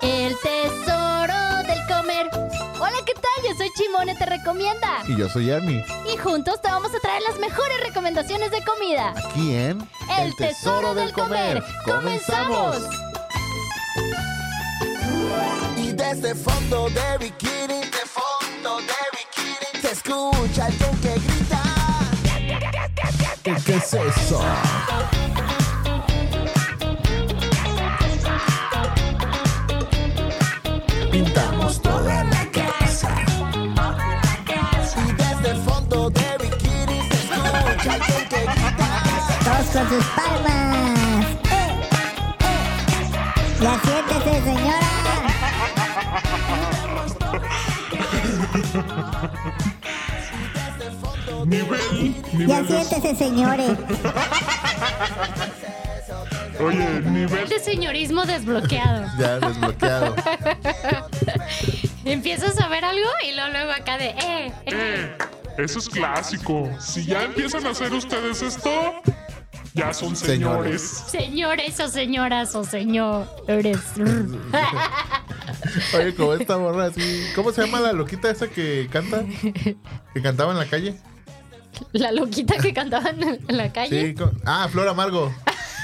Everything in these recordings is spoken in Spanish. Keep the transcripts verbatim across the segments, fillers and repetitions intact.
El tesoro del comer. Hola, ¿qué tal? Yo soy Chimone Te Recomienda. Y yo soy Ernie. Y juntos te vamos a traer las mejores recomendaciones de comida. Aquí en El, El tesoro, tesoro del comer. comer. ¡Comenzamos! Y desde fondo de bikini, de fondo de bikini, se escucha alguien que grita. ¿Qué es eso? Pintamos toda la casa. Y desde el fondo de bikini se escucha alguien que grita. Todos con sus palmas. ¡Eh! ¡Eh! Ya siéntese, señora. Nivel, Ya nivel de, siéntese, señores. oye, nivel De señorismo desbloqueado. Ya desbloqueado. Empiezas a ver algo y luego, luego acá de eh, eh. eh, eso es clásico. Si ya empiezan a hacer ustedes esto, ya son señores. Señores o señoras o señores. Oye, como esta borra así. ¿Cómo se llama la loquita esa que canta? Que cantaba en la calle. La loquita que cantaba en la calle. Sí, con- ah, Flor Amargo.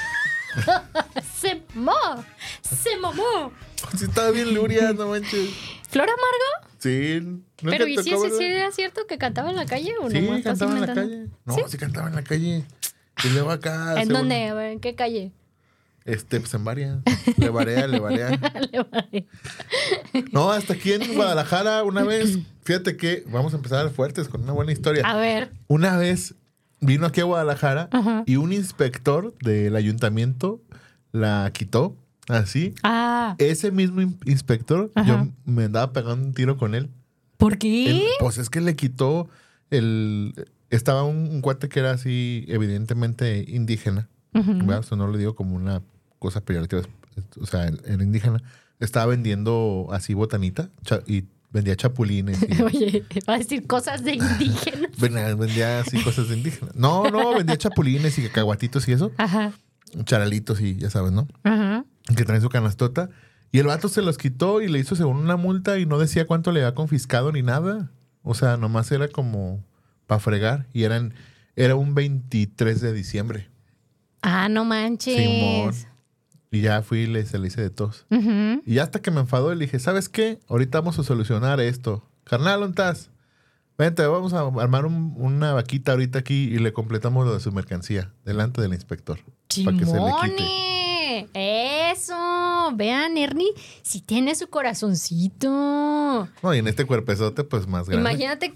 Se mo, se momó. Sí, estaba bien luria, no manches. ¿Flor Amargo? Sí. ¿nunca Pero ¿y te si tocó ese sí verla? era cierto que cantaba en la calle o no? Sí, ¿Estás cantaba en la inventando? calle. No, ¿Sí? sí cantaba en la calle. Y luego acá. ¿En según- dónde? A ver, ¿en qué calle? Este, pues en varias. Le varea, le varea. Le vale. No, hasta aquí en Guadalajara una vez. Fíjate que vamos a empezar fuertes con una buena historia. A ver. Una vez vino aquí a Guadalajara Ajá. y un inspector del ayuntamiento la quitó. Así. Ah, Ese mismo in- inspector, Ajá. yo me andaba pegando un tiro con él. ¿por qué? Él, pues es que le quitó el... Estaba un, un cuate que era así, evidentemente indígena. Ujú. ¿Verdad? O sea, no lo digo como una cosa peyorativa. O sea, el, el indígena estaba vendiendo así botanita cha- y vendía chapulines. Y Oye, va a decir cosas de indígenas. vendía, vendía así cosas de indígenas. No, no, vendía chapulines y cacahuatitos y eso. Ajá, Charalitos y ya sabes, ¿no? ajá. Que traen su canastota. Y el vato se los quitó y le hizo según una multa y no decía cuánto le había confiscado ni nada. O sea, nomás era como para fregar. Y eran, era un veintitrés de diciembre. Ah, no Simón. manches. Y ya fui y le, se le hice de tos. Ujú. Y ya hasta que me enfadó, le dije, ¿sabes qué? Ahorita vamos a solucionar esto. Carnal, ¿dónde estás? Vente, vamos a armar un- una vaquita ahorita aquí y le completamos lo de su mercancía delante del inspector. Para que se le quite. ¡Chimone! Eso. Vean, Ernie, si tiene su corazoncito. No, y en este cuerpezote, pues más grande. Imagínate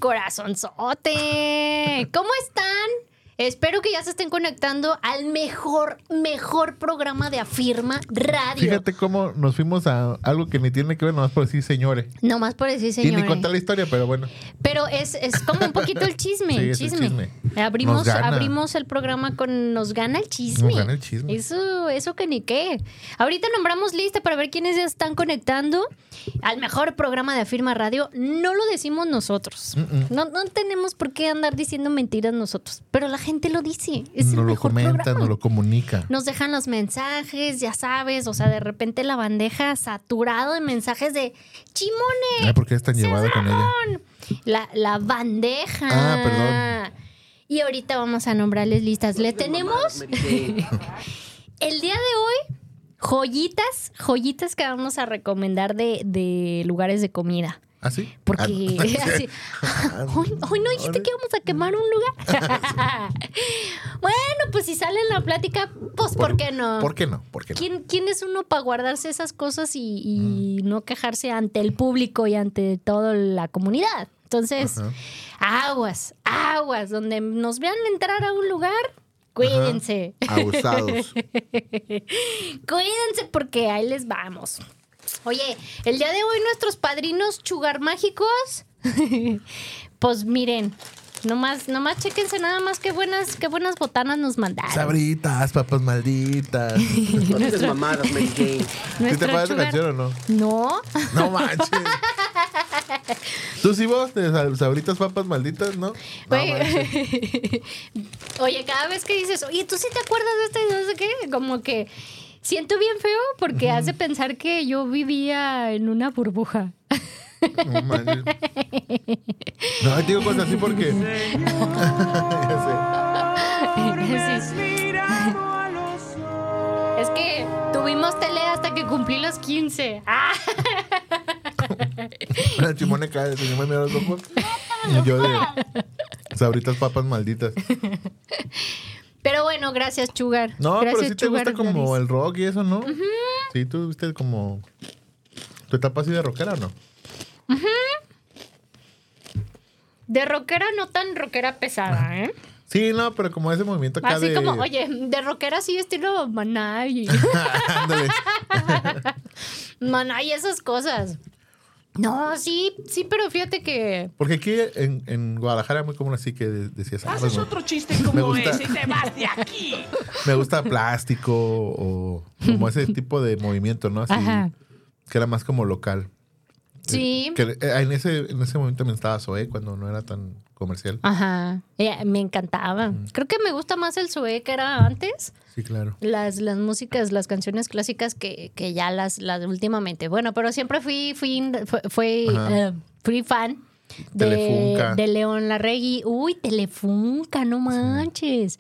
corazonzote. ¿Cómo están? Espero que ya se estén conectando al mejor, mejor programa de Afirma Radio. Fíjate cómo nos fuimos a algo que ni tiene que ver, nomás por decir señores. Nomás por decir, Y señores. ni contar la historia, pero bueno. Pero es, es como un poquito el chisme. Sí, el es el chisme. chisme. Abrimos, Nos gana. abrimos el programa con Nos gana el chisme. Nos gana el chisme. Eso, eso que ni qué. Ahorita nombramos lista para ver quiénes ya están conectando al mejor programa de Afirma Radio. No lo decimos nosotros. Mm-mm. No, no tenemos por qué andar diciendo mentiras nosotros. Pero la gente lo dice. Es el Nos lo mejor comenta, programa. nos lo comunica. Nos dejan los mensajes, ya sabes, o sea, de repente la bandeja saturado de mensajes de Chimone. Ay, ¿por qué es tan llevada con ella? La, la bandeja. Ah, perdón. Y ahorita vamos a nombrarles listas. Le tenemos el día de hoy joyitas, joyitas que vamos a recomendar de, de lugares de comida. ¿Ah, sí? Porque Ah, así, hoy, hoy no dijiste que íbamos a quemar un lugar. Bueno, pues si sale en la plática, pues ¿por, qué no? ¿Por qué no? ¿Por qué no? ¿Quién, quién es uno para guardarse esas cosas y, y no quejarse ante el público y ante toda la comunidad? Entonces, Ajá. aguas, aguas, donde nos vean entrar a un lugar, cuídense. Abusados. Cuídense porque ahí les vamos. Oye, el día de hoy nuestros padrinos chugar mágicos, pues miren, nomás, nomás chéquense nada más qué buenas, qué buenas botanas nos mandaron. Sabritas, papas malditas. No dices mamadas, Mary Jane. ¿Sí te Nuestro acuerdas de sugar- canción o no? No. No manches. ¿Tú sí vos de sab- sabritas papas malditas, no? No Oye, manches. oye, cada vez que dices, oye, ¿tú sí te acuerdas de este y no sé qué? Como que siento bien feo porque hace pensar que yo vivía en una burbuja. No, manches. No, digo cosas así porque... ya sé. Sí. Es que tuvimos tele hasta que cumplí los quince. ¡Ah! La chimone cae, el señor me mira los ojos. Y yo de... Sabritas papas malditas. Pero bueno, gracias, Sugar. No, gracias, pero sí te Sugar gusta como Daddies. el rock y eso, ¿no? Uh-huh. Sí, tú viste como... ¿Tu etapa así de rockera o no? Uh-huh. De rockera no tan rockera pesada, ¿eh? Sí, no, pero como ese movimiento acá así de... como, oye, de rockera sí estilo Maná y... Ándale. Maná y esas cosas. No, sí, sí, pero fíjate que... Porque aquí en, en Guadalajara es muy común así que de- decías... Ah, Haces pues, otro chiste me como gusta. ese y te vas de aquí. Me gusta plástico o como ese tipo de movimiento, ¿no? Así, Ajá. que era más como local. Sí. Que eh, en ese, en ese momento también estaba Zoé cuando no era tan comercial. Ajá. Eh, me encantaba. Creo que me gusta más el Zoé que era antes. Sí, claro. Las, las músicas, las canciones clásicas que, que ya las, las últimamente. Bueno, pero siempre fui, fui, fui, fui, Ajá. eh, fui fan de, Telefunca. de León Larregui. Uy, Telefunca, no manches.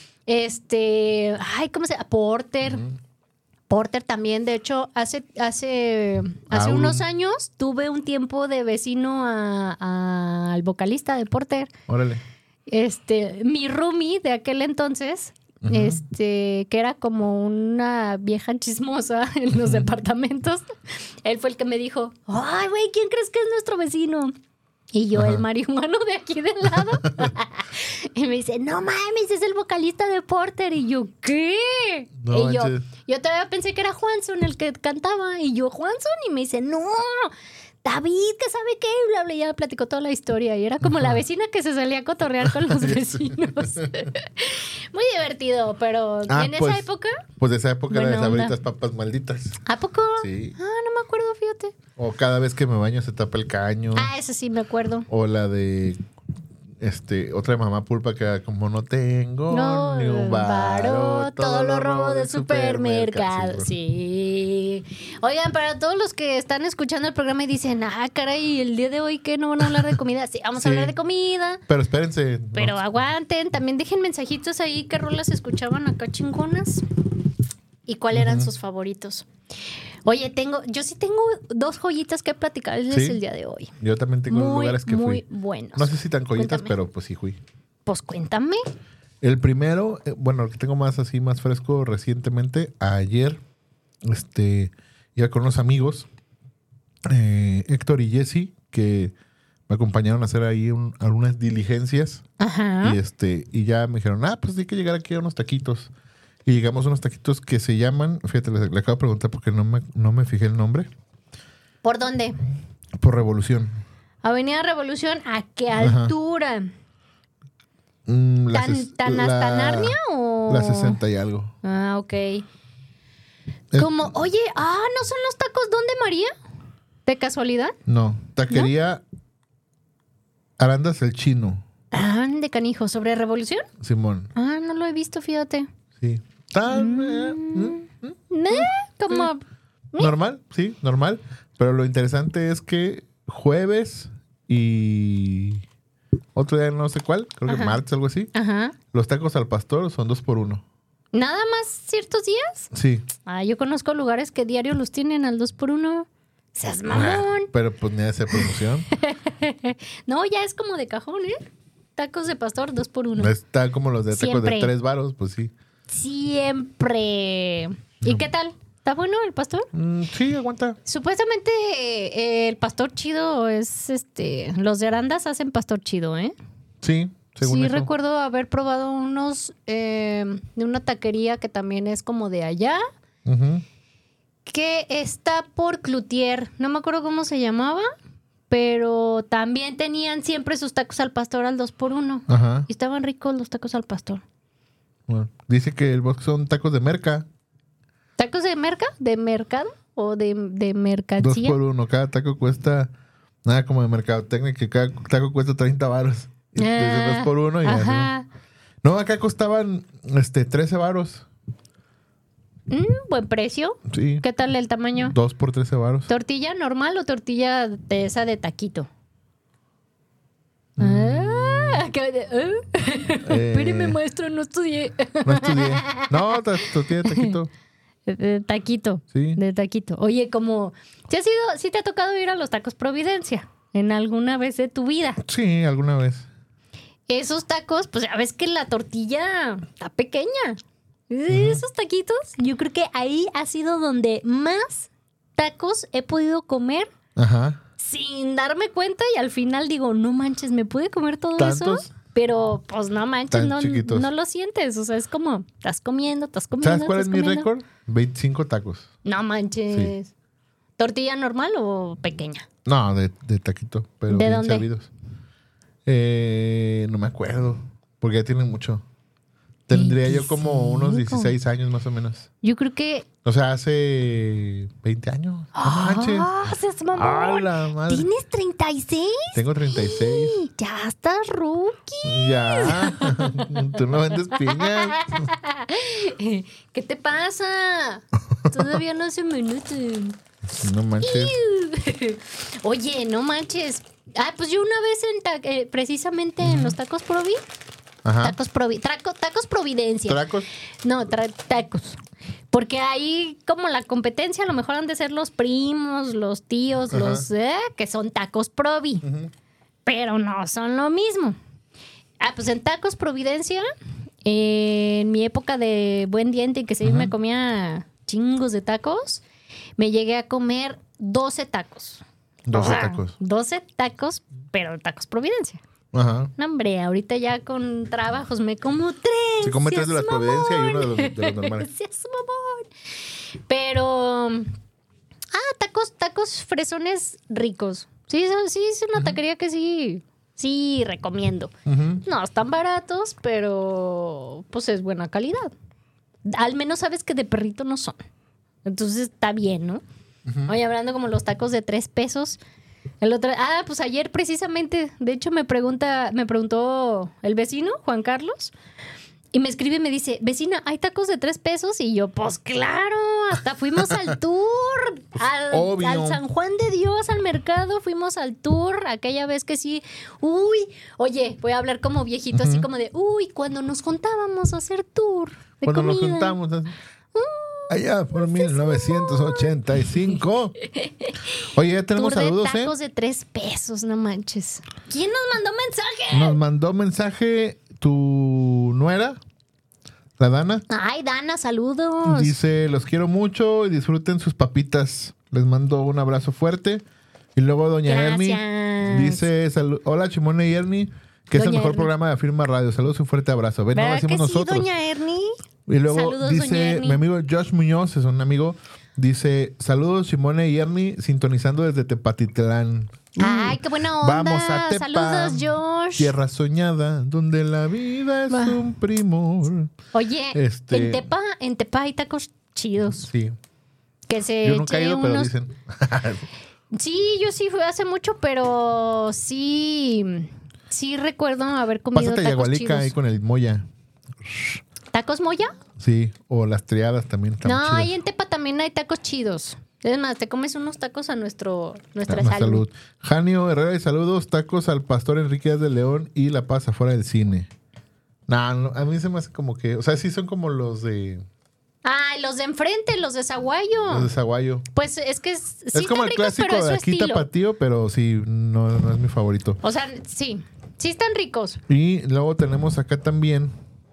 Este, ay, ¿cómo se llama? Porter. Ujú. Porter también, de hecho, hace, hace, hace Aún. unos años tuve un tiempo de vecino a- a- al vocalista de Porter. Órale. Este, mi roomie de aquel entonces, Ujú. este, que era como una vieja chismosa en los departamentos, él fue el que me dijo, ay, güey, ¿quién crees que es nuestro vecino? Y yo, Ajá. el marihuano de aquí del lado. Y me dice, no mames, es el vocalista de Porter. Y yo, ¿qué? No y yo, manches. yo todavía pensé que era Juanson el que cantaba. Y yo, ¿Juanson? Y me dice, no, David, que sabe qué. Y bla, bla, ya me platicó toda la historia. Y era como la vecina que se salía a cotorrear con los vecinos. Muy divertido, pero Ah, en pues, esa época, Pues de esa época era de Buena onda. Sabritas papas malditas. ¿a poco? Sí. Ah, no me acuerdo, fíjate. O cada vez que me baño se tapa el caño. Ah, esa sí me acuerdo. O la de... Este, otra de Mamá Pulpa que era como no tengo No, ni un varo, todo lo robo del del supermercado. Sí, Sí. Oigan, para todos los que están escuchando el programa y dicen, ah, caray, el día de hoy que no van a hablar de comida. Sí, vamos Sí. a hablar de comida. pero espérense. no. Pero aguanten, también dejen mensajitos ahí qué rolas escuchaban acá chingonas y cuáles eran sus favoritos. Oye, tengo, yo sí tengo dos joyitas que platicarles ¿Sí? el día de hoy. Yo también tengo Muy, lugares que muy fui. buenos. No sé si tan joyitas, Cuéntame. pero pues sí fui. Pues cuéntame. El primero, eh, bueno, el que tengo más así, más fresco recientemente, ayer, este, iba con unos amigos, eh, Héctor y Jesse, que me acompañaron a hacer ahí un- algunas diligencias. Ajá. Y este, y ya me dijeron, ah, pues hay que llegar aquí a unos taquitos. Y llegamos a unos taquitos que se llaman, fíjate, le, le acabo de preguntar porque no me, no me fijé el nombre, ¿Por dónde? por Revolución. Avenida Revolución, ¿a qué Ajá. altura? Mm, la ¿Tan, ses- tan hasta la- Narnia o...? La sesenta y algo. Ah, ok. Es- Como, oye, ah, ¿no son los tacos Don de María? ¿De casualidad? No, taquería Arandas el Chino, Ah, de canijo, ¿sobre Revolución? Simón. Ah, no lo he visto, fíjate. Sí. Tan, eh, mm, mm, ¿Eh? Como... normal, sí, normal. Pero lo interesante es que jueves y otro día no sé cuál, creo que Ajá. martes, algo así, Ajá. los tacos al pastor son dos por uno. ¿Nada más ciertos días? Sí. Ah, yo conozco lugares que diario los tienen al dos por uno. Seas mamón. Pero pues ni hace promoción. No, ya es como de cajón, ¿eh? Tacos de pastor dos por uno. Está como los de tacos Siempre. de tres varos, pues sí. Siempre. ¿Y qué tal? ¿Está bueno el pastor? Mm, sí, aguanta. Supuestamente eh, el pastor chido es este. Los de Arandas hacen pastor chido, ¿eh? Sí, según sí, eso. recuerdo haber probado unos eh, de una taquería que también es como de allá, Ujú. que está por Cloutier. No me acuerdo cómo se llamaba, pero también tenían siempre sus tacos al pastor al dos por uno. Ajá. Y estaban ricos los tacos al pastor. Bueno, dice que el bosque son tacos de merca. ¿Tacos de merca? ¿De mercado? ¿O de, de Dos mercancía? por uno. Cada taco cuesta nada como de mercadotecnia, que cada taco cuesta treinta varos. Y dice Ah, dos por uno y así. ajá. No, acá costaban este trece varos. Mm, buen precio. Sí. ¿Qué tal el tamaño? Dos por trece varos. ¿Tortilla normal o tortilla de esa de taquito? Ah, ¿qué de- ah? Eh, Espéreme, maestro, no estudié. No estudié. No, ta- tortilla de taquito. De, de taquito. Sí. De taquito. Oye, como... ¿Sí, has ido, sí te ha tocado ir a los tacos Providencia en alguna vez de tu vida? Sí, alguna vez. Esos tacos, pues ya ves que la tortilla está pequeña. Esos taquitos, yo creo que ahí ha sido donde más tacos he podido comer Ajá. sin darme cuenta y al final digo, no manches, ¿me pude comer todo ¿Tantos? eso? Pero pues no manches, Tan no, chiquitos. no lo sientes. O sea, es como, estás comiendo, estás comiendo. ¿Sabes cuál es estás mi comiendo. récord? veinticinco tacos. No manches. ¿Tortilla normal o pequeña? No, de, de taquito, pero ¿De bien dónde? servidos. Eh, no me acuerdo, porque ya tienen mucho. Tendría yo como unos veinticinco. dieciséis años más o menos. Yo creo que... O sea, hace veinte años. No manches. ¡Ah, seas mamón! ¡A la madre! ¿Tienes treinta y seis? Tengo treinta y seis. Ya estás rookie. Ya. Tú no vendes piñas. ¿Qué te pasa? Todavía no se me nota. No manches. Oye, no manches. Ah, pues yo una vez en ta- eh, precisamente en los tacos Provi, Ajá. tacos Provi, traco- tacos Providencia. ¿Tracos? No, tra- tacos. Porque ahí como la competencia a lo mejor han de ser los primos, los tíos, Ajá. los eh, que son tacos Provi. Pero no son lo mismo. Ah, pues en tacos Providencia, eh, en mi época de buen diente, que sí me comía chingos de tacos, me llegué a comer doce tacos. doce O sea, tacos. doce tacos, pero tacos Providencia. Ajá. No, hombre, ahorita ya con trabajos me como tres. Se come tres de seas las Providencia y uno de los, mamón. de los normales. Seas mamón. Pero... Ah, tacos, tacos fresones ricos. Sí, son- sí, es una taquería que sí, sí recomiendo. Ujú. No están baratos, pero pues es buena calidad. Al menos sabes que de perrito no son. Entonces está bien, ¿no? Oye, hablando como los tacos de tres pesos. El otro, ah, pues ayer precisamente, de hecho me pregunta, me preguntó el vecino, Juan Carlos, y me escribe y me dice, vecina, ¿hay tacos de tres pesos? Y yo, pues claro, hasta fuimos al tour, al, Obvio. al San Juan de Dios, al mercado, fuimos al tour, aquella vez que sí, uy, oye, voy a hablar como viejito, así como de, uy, cuando nos juntábamos a hacer tour de Cuando nos comida. juntamos. Allá por mil novecientos ochenta y cinco. Oye, ya tenemos Tour saludos, de ¿eh? tacos de tres pesos, no manches. ¿Quién nos mandó mensaje? Nos mandó mensaje tu nuera, la Dana. Ay, Dana, saludos. Dice, los quiero mucho y disfruten sus papitas. Les mando un abrazo fuerte. Y luego doña Gracias. Ernie dice, salu- hola Chimone y Ernie, que es el Doña mejor Ernie. programa de Afirma Radio. Saludos y un fuerte abrazo. Ven, no lo ¿Verdad que decimos sí, nosotros. doña Ernie? Y luego Saludos, doña dice Ernie. mi amigo Josh Muñoz, es un amigo, dice, saludos Simone y Ernie, sintonizando desde Tepatitlán. Ay, qué buena onda. Vamos a Tepa, Saludos, Josh. tierra soñada, donde la vida es Va. un primor. Oye, Este- en Tepa, en Tepa hay tacos chidos. Sí, Que se yo nunca he eche ido, pero unos- dicen. Sí, yo sí fui hace mucho, pero sí, sí recuerdo haber comido Pásate a tacos Yagualica chidos. ahí con el Moya. ¿Tacos Moya? Sí, o las triadas también están No, chidas. ahí en Tepa también hay tacos chidos. Es más, te comes unos tacos a nuestro, nuestra Más salud. salud. Janio Herrera y saludos, tacos al pastor Enrique Díaz de León y La Paz afuera del cine. No, no, a mí se me hace como que, o sea, sí son como los de Ay, los de enfrente, los de Zaguayo. los de Zaguayo. Pues es que es, sí es como están el ricos, clásico pero es de su aquí estilo. tapatío, pero sí, no, no es mi favorito. O sea, sí, sí están ricos. Y luego tenemos acá también,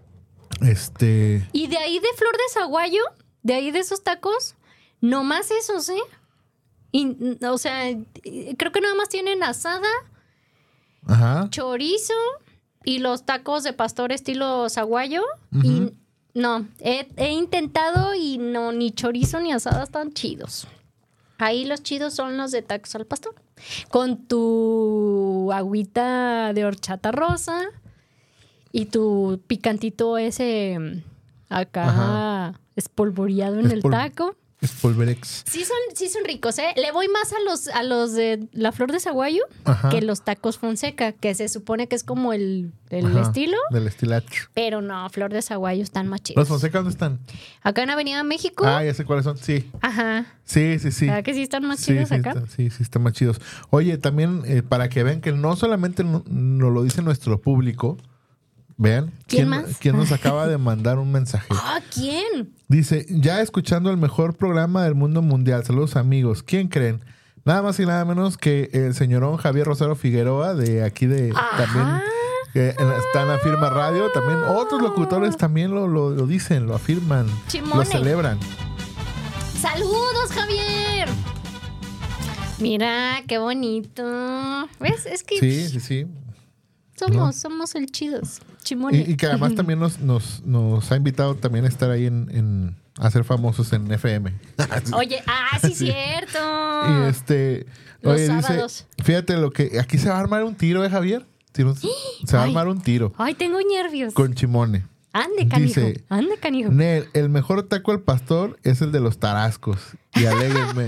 este, Y de ahí de Flor de Zaguayo, de ahí de esos tacos, no más esos, ¿eh? Y, o sea, creo que nada más tienen asada, ajá, chorizo y los tacos de pastor estilo Zaguayo. Y no, he, he intentado y no, ni chorizo ni asada están chidos. Ahí los chidos son los de tacos al pastor. Con tu agüita de horchata rosa y tu picantito ese acá Ajá. espolvoreado en el Espol- taco. Espolvorex. Sí son, sí son ricos, ¿eh? Le voy más a los, a los de la flor de Saguayo Ajá. que los tacos Fonseca, que se supone que es como el, el Ajá, estilo. Del estilacho. Pero no, flor de Saguayo están más chidos. ¿Los Fonseca dónde están? Acá en Avenida México. Ah, ya sé cuáles son. Sí. Ajá. Sí, sí, sí. ¿Verdad que sí están más Sí, chidos sí, acá? está- sí, sí, están más chidos. Oye, también eh, para que vean que no solamente no- nos lo dice nuestro público, vean ¿Quién más? quién nos acaba de mandar un mensaje. Ah, ¿quién? Dice, ya escuchando el mejor programa del mundo mundial. Saludos amigos. ¿Quién creen? Nada más y nada menos que el señorón Javier Rosero Figueroa de aquí de Ajá. también que en- está en la firma radio. También otros locutores también lo, lo, lo dicen, lo afirman, Chimone. lo celebran. ¡Saludos, Javier! Mira, qué bonito. ¿Ves? Es que Sí, sí, sí. somos, No. somos el chidos. Chimone. Y, y que además también nos, nos, nos ha invitado también a estar ahí en, en a ser famosos en F M. Oye, ah, sí, Sí. cierto. Y este, Los oye, sábados. dice, fíjate lo que aquí se va a armar un tiro, ¿eh, Javier? Sí, no- Se va a Ay. armar un tiro Ay, tengo nervios. con Chimone. Ande, canijo. Dice, Ande, canijo. Nel, el mejor taco al pastor es el de los tarascos. Y alégrenme.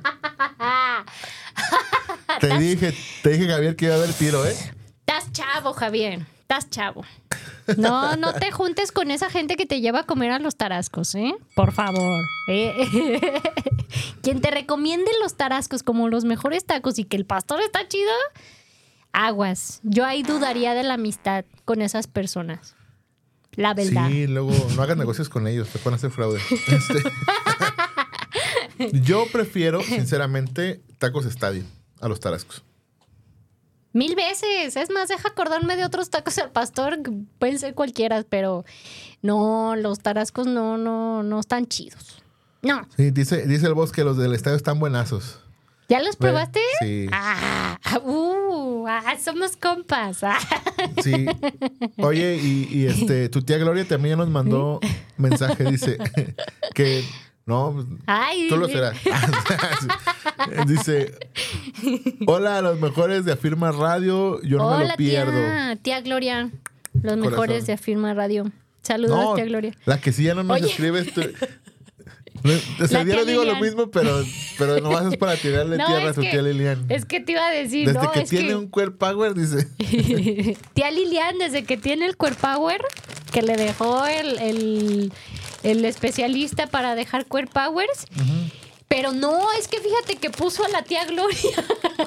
te dije, te dije, Javier, que iba a haber tiro, ¿eh? Estás chavo, Javier. Estás chavo. No, no te juntes con esa gente que te lleva a comer a los tarascos, ¿eh? Por favor. ¿eh? Quien te recomiende los tarascos como los mejores tacos y que el pastor está chido, aguas. Yo ahí dudaría de la amistad con esas personas. La verdad. Sí, luego no hagas negocios con ellos, te pueden hacer fraude. Este, yo prefiero, sinceramente, tacos estadio a los tarascos. Mil veces. Es más, deja acordarme de otros tacos al pastor. Que pueden ser cualquiera, pero no, los tarascos no, no, no están chidos. No. Sí, dice, dice el boss que los del estadio están buenazos. ¿Ya los probaste? Sí. Ah, uh, ah, somos compas. Ah. Sí. Oye, y, y este, tu tía Gloria también ya nos mandó mensaje, dice que no, Ay, tú lo serás. Dice, hola a los mejores de Afirma Radio, yo no me hola, lo pierdo. tía, tía Gloria. Los Corazón. mejores de Afirma Radio. Saludos, No, tía Gloria. la que sí ya no nos Oye. escribes. Tú, no, o sea, La yo tía le digo Lilian. lo mismo, pero, pero nomás es para tirarle No, tierra a es su que- tía Lilian. Es que te iba a decir, Desde no, que es tiene que... un Queer Power, dice. Tía Lilian, desde que tiene el Queer Power, que le dejó el, el, el especialista para dejar Queer Powers. Pero no, es que fíjate que puso a la tía Gloria.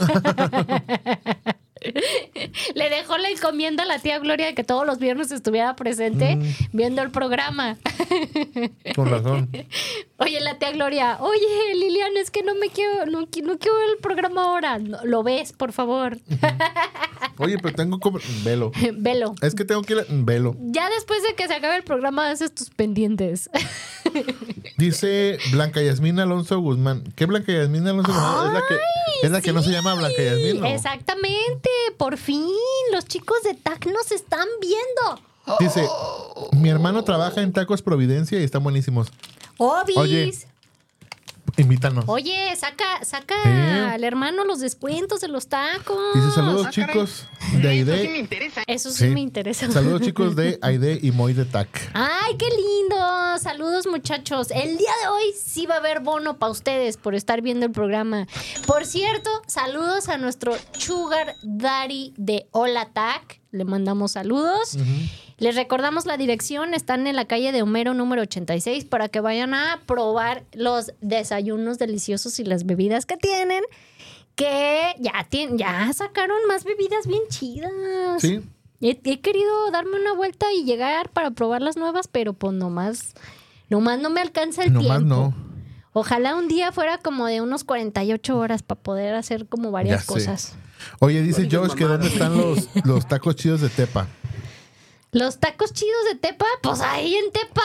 Le dejó la encomienda a la tía Gloria de que todos los viernes estuviera presente Mm. viendo el programa. Con razón. Oye, la tía Gloria, oye, Lilian, es que no me quiero, no, qui- no quiero ver el programa ahora. No, lo ves, por favor. Oye, pero tengo como. Velo. Velo. Es que tengo que ir. a- Velo. Ya después de que se acabe el programa, haces tus pendientes. Dice Blanca Yasmín Alonso Guzmán. ¿Qué Blanca Yasmín Alonso Guzmán? Es la que, es la que no se llama Blanca Yasmín, ¿no? Exactamente, por fin, los chicos de T A C nos están viendo. Dice, mi hermano trabaja en Tacos Providencia y están buenísimos. Obis. Oye. Invítanos. Oye, saca, saca ¿Eh? al hermano los descuentos de los tacos. Dice, saludos chicos de Aide. Eso sí, me interesa. Saludos chicos de Aide y Moy de Tac. Ay, qué lindo. Saludos, muchachos. El día de hoy sí va a haber bono para ustedes por estar viendo el programa. Por cierto, saludos a nuestro Sugar Daddy de Hola Tac. Le mandamos saludos. Les recordamos la dirección. Están en la calle de Homero número ochenta y seis para que vayan a probar los desayunos deliciosos y las bebidas que tienen. Que ya, tien- ya sacaron más bebidas bien chidas. Sí. He, he querido darme una vuelta y llegar para probar las nuevas, pero pues nomás, nomás no me alcanza el Nomás tiempo. no. Ojalá un día fuera como de unos cuarenta y ocho horas para poder hacer como varias Ya sé. cosas. Oye, dice Ahorita Josh que mamá. dónde están los, los tacos chidos de Tepa. Los tacos chidos de Tepa, pues ahí en Tepa.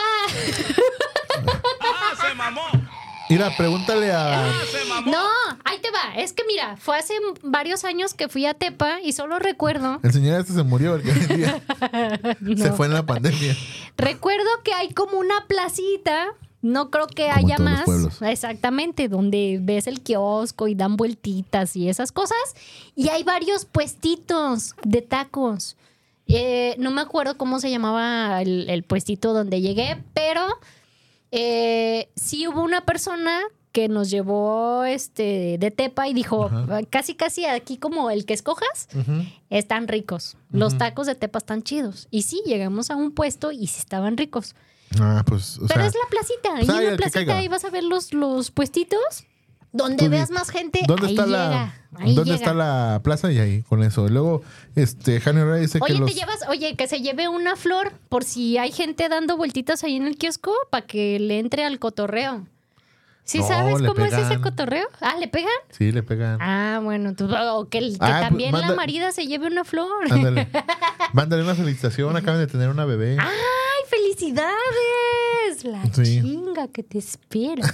Mira, pregúntale a... No, ahí te va. Es que mira, fue hace varios años que fui a Tepa y solo recuerdo, El señor este se murió el que vendía. Se No. fue en la pandemia. recuerdo que hay como una placita. No creo que Como en haya todos los más. pueblos. Exactamente, donde ves el kiosco y dan vueltitas y esas cosas. Y hay varios puestitos de tacos. Eh, no me acuerdo cómo se llamaba el, el puestito donde llegué, pero eh, sí hubo una persona que nos llevó este de Tepa y dijo, Ajá. casi casi aquí como el que escojas, Ujú. están ricos. Los Ujú. tacos de Tepa están chidos. Y sí, llegamos a un puesto y sí estaban ricos. Ah, pues, o Pero sea, es la placita. pues, y ahí en el la que placita caiga. ahí vas a ver los, los puestitos. Donde tú di- veas más gente, ¿Dónde ahí está llega. la ahí ¿Dónde llega. está la plaza? Y ahí, con eso. Y luego, este, Jani Ray dice Oye, que los... te llevas, oye, que se lleve una flor por si hay gente dando vueltitas ahí en el kiosco para que le entre al cotorreo. ¿Sí No, sabes le cómo es ese pegan. cotorreo? Ah, ¿le pegan? Sí, le pegan. Ah, bueno, tú- o que, el- que Ah, pues, también manda- la marida se lleve una flor. Ándale. Mándale una felicitación. Acaban de tener una bebé. ¡Ay, felicidades! La Sí. chinga que te espera.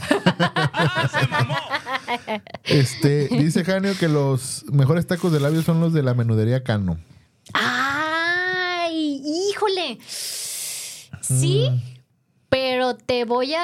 Este, dice Janio que los mejores tacos de labio son los de la menudería Cano. ¡Ay, híjole! Sí, Mm. pero te voy a,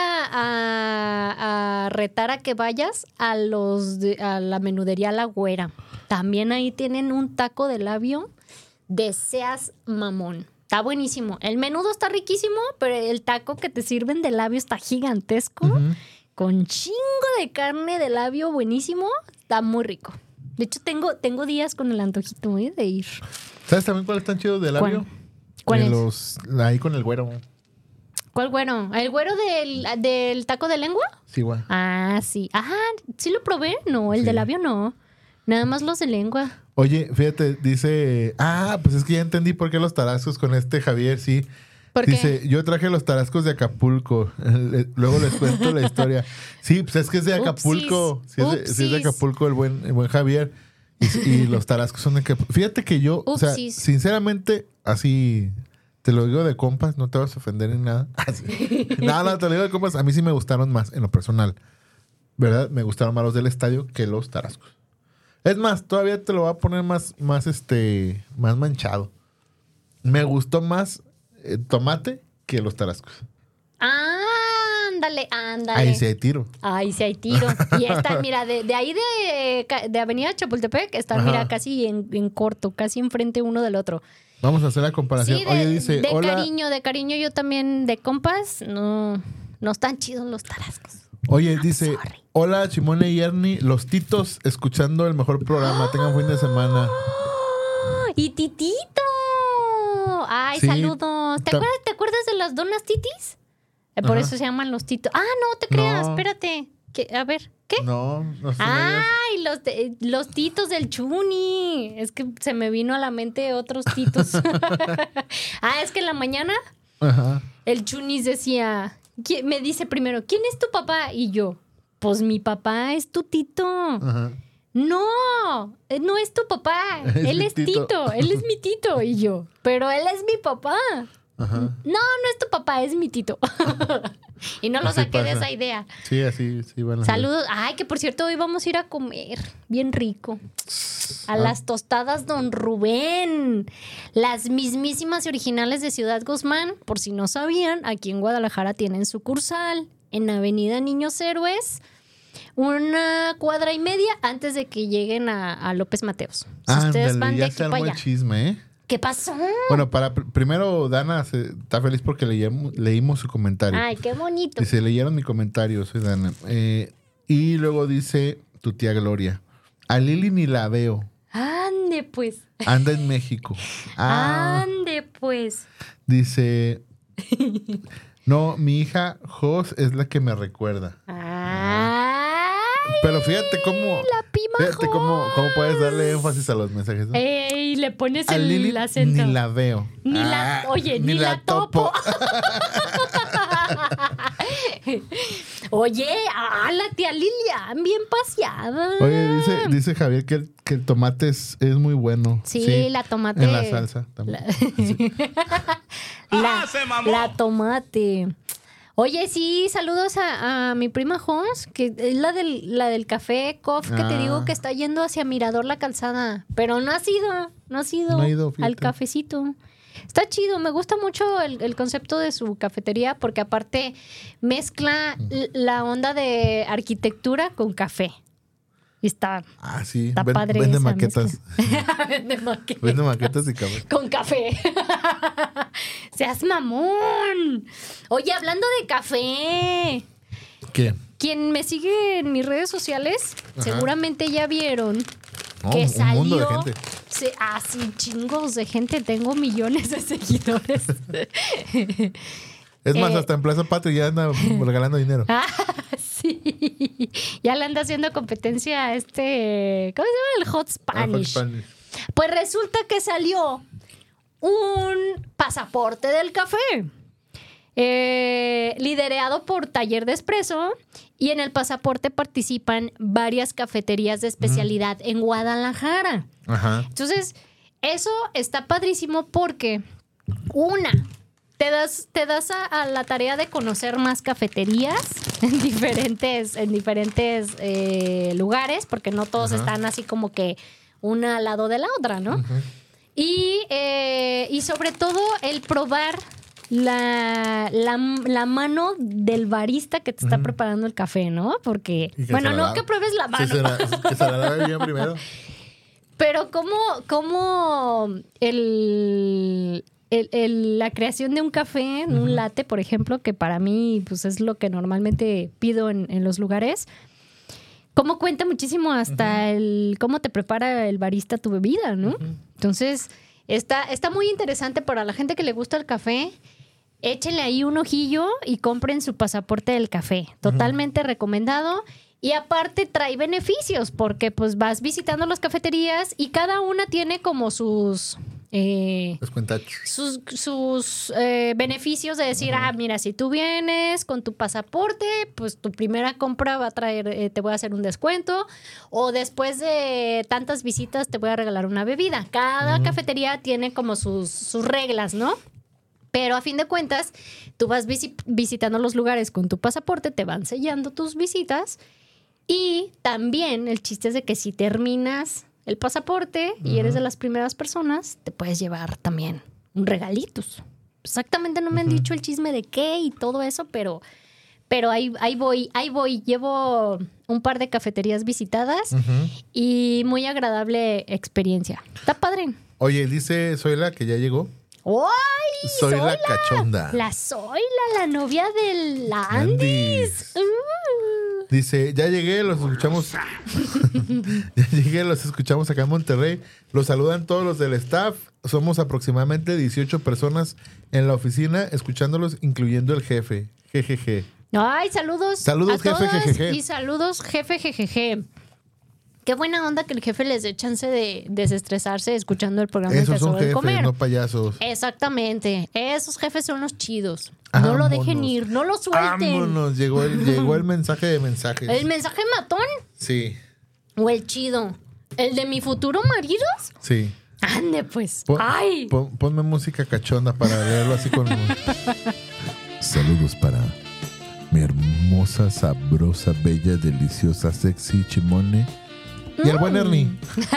a- a retar a que vayas a los de- a la menudería La Güera. También ahí tienen un taco de labio de seas mamón. Está buenísimo. El menudo está riquísimo, pero el taco que te sirven de labio está gigantesco. Ujú. Con chingo de carne de labio buenísimo. Está muy rico. De hecho, tengo, tengo días con el antojito ¿eh? de ir. ¿Sabes también cuál están chidos de labio? ¿Cuál De es? los, ahí con el güero. ¿Cuál güero? ¿El güero del, del taco de lengua? Sí, güey. Ah, sí. Ajá, ¿sí lo probé? No, el Sí. de labio no. Nada más los de lengua. Oye, fíjate, dice... Ah, pues es que ya entendí por qué los tarascos con este Javier, sí. ¿Por qué? Dice, yo traje los tarascos de Acapulco. Le- Luego les cuento la historia. Sí, pues es que es de Acapulco. Sí, es de, sí es de Upsis. Acapulco el buen, el buen Javier. Y, y los tarascos son de Acapulco. Fíjate que yo, o sea, Upsis. sinceramente, así... Te lo digo de compas, no te vas a ofender en nada. Así. Nada, nada, te lo digo de compas. A mí sí me gustaron más, en lo personal. ¿Verdad? Me gustaron más los del estadio que los tarascos. Es más, todavía te lo voy a poner más, más, este, más manchado. Me gustó más el tomate que los tarascos. Ándale, ándale. Ahí sí hay tiro. Ay, sí hay tiro. Y está, mira, de, de ahí de, de Avenida Chapultepec, están, Ajá. mira, casi en, en corto, casi enfrente uno del otro. Vamos a hacer la comparación. Sí, de, Oye, dice, de hola. cariño, de cariño yo también, de compas, no, no están chidos los tarascos. Oye, dice, sorry. hola, Chimone y Ernie, los titos escuchando el mejor programa. Tengan fin de semana. ¡Oh! ¡Y Titito! ¡Ay, Sí, saludos! ¿Te tam- acuerdas, ¿Te acuerdas de las donas titis? Eh, por Ajá. eso se llaman los titos. Ah, no te creas, No. espérate. ¿Qué? A ver, ¿qué? No, no sé. no digas. ¡Ay, los, de- los titos del Chuni! Es que se me vino a la mente otros titos. Ah, es que en la mañana Ajá. el Chunis decía, ¿quién- me dice primero, ¿quién es tu papá? Y yo, pues mi papá es tu tito. Ajá. No, eh, no es tu papá. Es él mi es tito. tito. Él es mi tito. Y yo, pero él es mi papá. Ajá. No, no es tu papá, es mi tito. Y no lo Así saqué de pasa. esa idea. Sí, así, sí van a ser. Saludos. Ay, que por cierto, hoy vamos a ir a comer. Bien rico. A Ah. las tostadas Don Rubén. Las mismísimas y originales de Ciudad Guzmán. Por si no sabían, aquí en Guadalajara tienen sucursal. En Avenida Niños Héroes. Una cuadra y media antes de que lleguen a, a López Mateos. Si ustedes Ándale, van de ya aquí se para armó el allá. chisme, ¿eh? ¿Qué pasó? Bueno, para pr- primero Dana se- está feliz porque leíamos, leímos su comentario. Ay, qué bonito. Dice, leyeron mi comentario, soy Dana. Eh, y luego dice tu tía Gloria, a Lili ni la veo, Ande, pues. anda en México. Ah, Ande, pues. dice, no, mi hija Jos es la que me recuerda. Ay, Pero fíjate cómo, la pima fíjate cómo, Jos. cómo puedes darle énfasis a los mensajes, ¿no? Ey, le pones A el Lili acento. ni la veo. Ni la- oye, ni la topo. Oye, ah, la tía Lilian, bien paseada. Oye, dice, dice Javier que el, que el tomate es, es muy bueno. Sí, la tomate. En la salsa también. La, la tomate. Oye, sí, saludos a, a mi prima Jos, que es la del, la del café Cof, que te Ah. digo que está yendo hacia Mirador La Calzada. Pero no ha sido, no ha sido No ha ido, fíjate. al cafecito. Está chido, me gusta mucho el, el concepto de su cafetería porque aparte mezcla l- la onda de arquitectura con café. Y está, Ah, sí. está Ven- padre. Vende esa maquetas. mezcla. Vende maquetas. Vende maquetas y café. Con café. Seas mamón. Oye, hablando de café. ¿Qué? Quien me sigue en mis redes sociales, Ajá. seguramente ya vieron Oh, que un salió. mundo de gente. Se, ah, sí, chingos de gente. Tengo millones de seguidores. Es más, Eh. hasta en Plaza Patria ya anda regalando dinero. Ah, sí. Ya le anda haciendo competencia a este. ¿Cómo se llama? El Hot Ah, Spanish. Hot Spanish. Pues resulta que salió un pasaporte del café. Eh, liderado por Taller de Espresso. Y en el pasaporte participan varias cafeterías de especialidad en Guadalajara. Ajá. Entonces, eso está padrísimo porque, una, te das, te das a, a la tarea de conocer más cafeterías en diferentes, en diferentes eh, lugares, porque no todos Ajá. están así como que una al lado de la otra, ¿no? Ujú. Y, eh, y sobre todo el probar la, la, la mano del barista que te está Ujú. preparando el café, ¿no? Porque, Y que bueno, se la no lave. que pruebes la Sí, mano. se la- que se la lave bien primero. Pero cómo, cómo el, el- el- la creación de un café, un latte, por ejemplo, que para mí pues, es lo que normalmente pido en, en los lugares, cómo cuenta muchísimo hasta el cómo te prepara el barista tu bebida, ¿no? Entonces, está, está muy interesante para la gente que le gusta el café. Échenle ahí un ojillo y compren su pasaporte del café. Totalmente recomendado. Y aparte trae beneficios porque pues vas visitando las cafeterías y cada una tiene como sus... eh, Los cuentachos. sus, sus eh, beneficios de decir, ah, mira, si tú vienes con tu pasaporte, pues tu primera compra va a traer, eh, te voy a hacer un descuento, o después de tantas visitas te voy a regalar una bebida. Cada cafetería tiene como sus, sus reglas, ¿no? Pero a fin de cuentas, tú vas visi- visitando los lugares con tu pasaporte, te van sellando tus visitas y también el chiste es de que si terminas el pasaporte y eres de las primeras personas, te puedes llevar también un regalitos. Exactamente no me han dicho el chisme de qué y todo eso, pero, pero ahí, ahí voy, ahí voy. Llevo un par de cafeterías visitadas y muy agradable experiencia. Está padre. Oye, dice Zoila que ya llegó. ¡Ay! Soy Zoila! la cachonda. La Zoila, la novia de la Andy. Andis. Uh. Dice, ya llegué, los escuchamos. Ya llegué, los escuchamos acá en Monterrey. Los saludan todos los del staff. Somos aproximadamente dieciocho personas en la oficina escuchándolos, incluyendo el jefe. Jejeje. Ay, saludos. Saludos, a jefe, todos jejeje. Y saludos, jefe, jejeje. Qué buena onda que el jefe les dé chance de desestresarse escuchando el programa de Esos son Tesoro del jefes, Comer. no payasos. Exactamente. Esos jefes son los chidos. No lo dejen Vámonos. ir, no lo suelten. Vámonos, llegó el, llegó el mensaje de mensajes. ¿El mensaje matón Sí, o el chido? ¿El de mi futuro marido? sí. Ande, pues. Pon- Ay. pon- ponme música cachonda para leerlo así con... Saludos para mi hermosa, sabrosa, bella, deliciosa, sexy, chimone. Y el buen Ernie.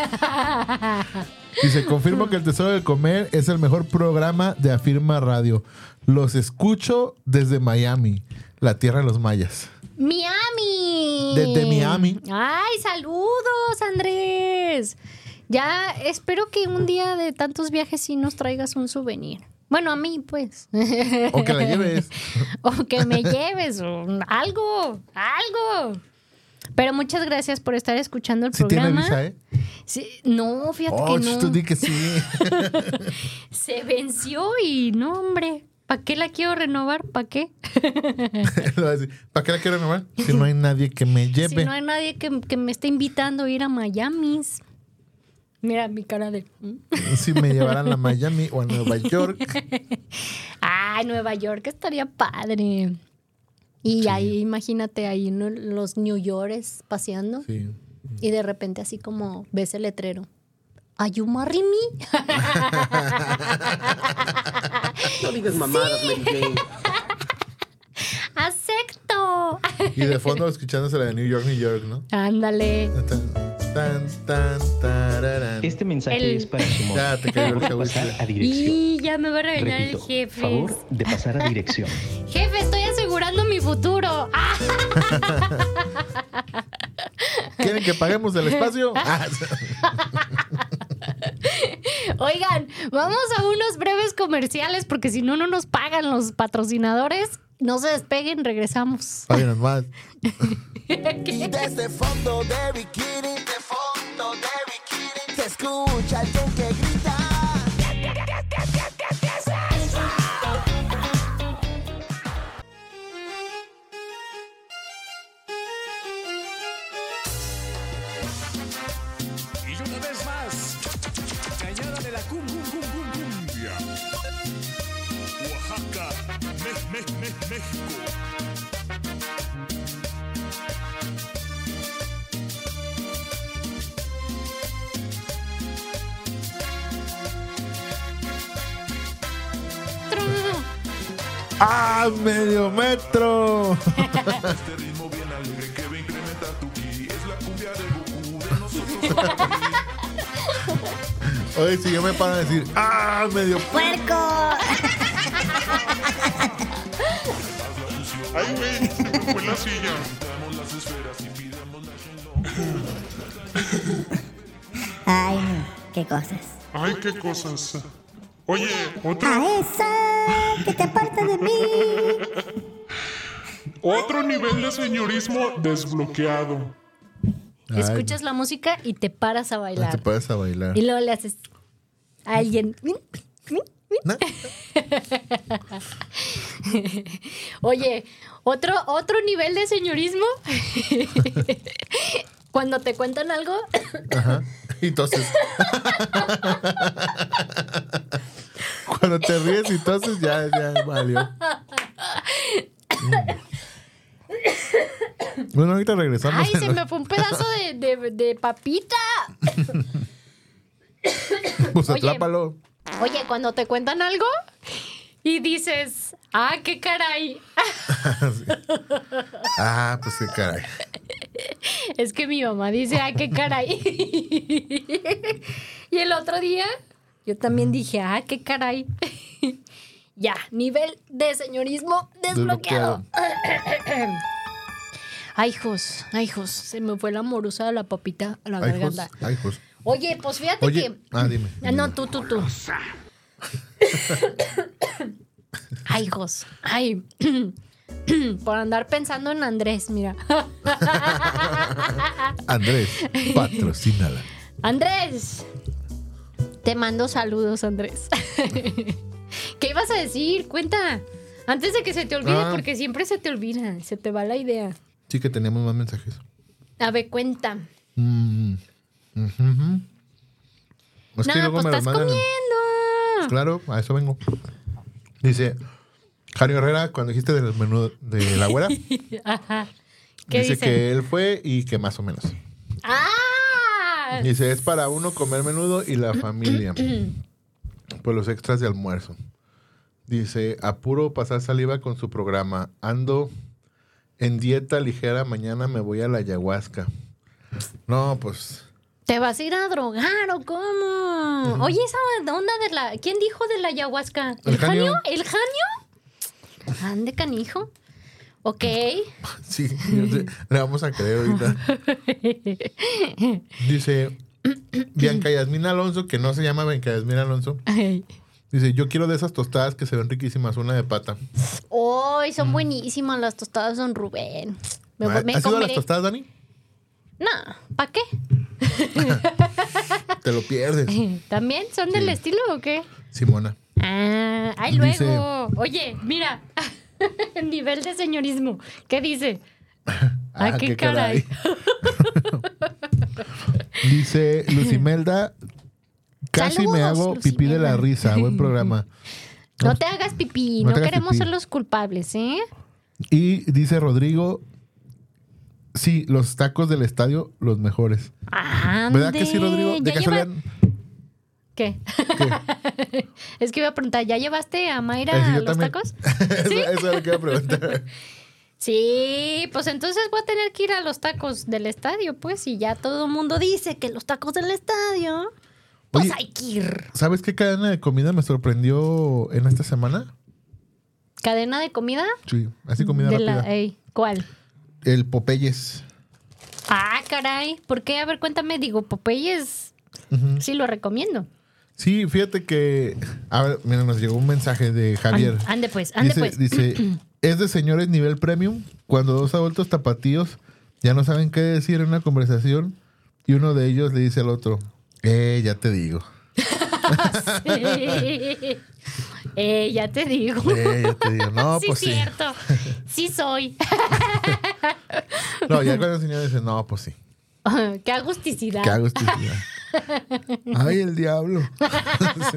Dice, confirmo que el Tesoro del Comer es el mejor programa de Afirma Radio. Los escucho desde Miami, la tierra de los mayas. Miami. Desde Miami. Ay, saludos, Andrés. Ya espero que un día de tantos viajes sí nos traigas un souvenir. Bueno, a mí, pues. O que la lleves. O que me lleves, o algo, algo. Pero muchas gracias por estar escuchando el Si tiene programa. visa, ¿eh? Sí, no, fíjate Oh, que no. tú di que sí. Se venció y no, hombre. ¿Para qué la quiero renovar? ¿Para qué? Lo va a decir, ¿para qué la quiero renovar? Si no hay nadie que me lleve. Si no hay nadie que, que me esté invitando a ir a Miami. Mira mi cara de... ¿Mm? Si me llevaran a Miami o a Nueva York. Ay, Nueva York estaría padre. Y ahí, imagínate ahí, ¿no? Los New Yorkers paseando. Sí. Y de repente así como ves el letrero. ¿Are you marry me? No digas mamadas, Mary Jane. ¡Acepto! Y de fondo escuchándose la de New York, New York, ¿no? Ándale. Tan, tan, tan, tararán. Este mensaje El- es para Simón. Ya te cayó el Favor de jabón. pasar a dirección. Y ya me va a regañar Repito, el jefe. favor de pasar a dirección. Jefe, estoy asegurando mi futuro. ¡Ah! ¿Quieren ¿Quieren que paguemos el espacio? Ah, Oigan, vamos a unos breves comerciales porque si no, no nos pagan los patrocinadores. No se despeguen, regresamos. páguenos más. Y desde fondo de bikini, de fondo de bikini, se escucha alguien que grita. Y una vez más, añádale la cum, cum, cum, cum, cumbia. Oaxaca, Me- Me- Me- México. ¡Ah, medio metro! Este ritmo bien alegre que va a incrementar tu ki. Es la cumbia de Goku de nosotros. Oye, si yo me paro a decir, ¡ah, medio ¡Puerco! Ay, güey, se me fue la silla. Ay, no, qué cosas. Ay, qué cosas. Oye, otro, A esa que te aparta de mí. otro nivel de señorismo desbloqueado. Ay, Escuchas la música y te paras a no bailar. te puedes a bailar. Y luego le haces a alguien. ¿No? Oye, otro, otro nivel de señorismo. Cuando te cuentan algo, Ajá. Y entonces. Cuando te ríes, y entonces ya, ya valió. Bueno, ahorita regresamos. ay, se me fue un pedazo de, de, de papita. Pues Oye. atrápalo. Oye, cuando te cuentan algo y dices, ah, qué caray. Ah, pues qué caray. Es que mi mamá dice, ah, qué caray. Y el otro día yo también dije, ah, qué caray. Ya, nivel de señorismo desbloqueado. Ay, hijos, ay, hijos, se me fue la morusa de la papita a la Ay, pues, garganta. ay, pues. Oye, pues fíjate Oye, que... ah, dime. Ah, no, tú, tú, tú. Ay, hijos, ay. Por andar pensando en Andrés, mira. Andrés, patrocínala. Andrés, te mando saludos, Andrés. ¿Qué ibas a decir? Cuenta. Antes de que se te olvide, Ah. porque siempre se te olvida, se te va la idea. Sí que teníamos más mensajes. A ver, cuenta. Mm. Ujú. Es que No, luego pues me los estás mandan- comiendo. Claro, a eso vengo. Dice Jario Herrera, cuando dijiste del menú de la güera, Ajá. ¿Qué dice dice? que él fue y que más o menos. ¡Ah! Dice, es para uno comer menudo y la familia. Pues los extras de almuerzo. Dice, apuro pasar saliva con su programa. Ando en dieta ligera, mañana me voy a la ayahuasca. No, pues... ¿Te vas a ir a drogar o cómo? Oye, esa onda de la... ¿Quién dijo de la ayahuasca? ¿El, El Janio. Janio? ¿El Janio? Ande, canijo. Ok. Sí, le vamos a creer ahorita. Dice Bianca Yasmín Alonso, que no se llama Bianca Yasmín Alonso. Ay. Dice, yo quiero de esas tostadas que se ven riquísimas, una de pata. ¡Ay, son buenísimas las tostadas Don Rubén! Me, ¿Has me ido a las comeré... tostadas, Dani? No, ¿para qué? Te lo pierdes. ¿También son del Sí. estilo o qué? Simona. Ah, ay, Dice- luego. Oye, mira, nivel de señorismo. ¿Qué dice? Ah, qué caray. Dice Lucimelda, casi Saludos, me hago pipí de la Lucimelda. risa. Buen programa. No te hagas pipí, No no, te hagas queremos pipí. ser los culpables, ¿eh? Y dice Rodrigo, sí, los tacos del estadio, los mejores. Ande. ¿Verdad que sí, Rodrigo? De ¿Ya casualidad. lleva- ¿Qué? Es que iba a preguntar, ¿ya llevaste a Mayra Eh, sí, a yo los también. tacos? eso, eso es lo que iba a preguntar. Sí, pues entonces voy a tener que ir a los tacos del estadio, pues, y ya todo el mundo dice que los tacos del estadio, pues Oye, hay que ir. ¿Sabes qué cadena de comida me sorprendió en esta semana? ¿Cadena de comida? Sí, así comida de rápida. la, ey, ¿cuál? El Popeyes. Ah, caray. ¿Por qué? A ver, cuéntame. Digo, Popeyes Ujú. sí lo recomiendo. Sí, fíjate que... A ver, mira, nos llegó un mensaje de Javier. Ande, ande pues, ande dice, pues. dice, es de señores nivel premium cuando dos adultos tapatíos ya no saben qué decir en una conversación y uno de ellos le dice al otro, eh, ya te digo. Sí. Eh, ya te digo. Eh, ya te digo. No, sí, pues sí. cierto. Sí soy. No, ya cuando el señor dice, no, pues sí. Qué agusticidad. Qué agusticidad. Ay, el diablo. Sí.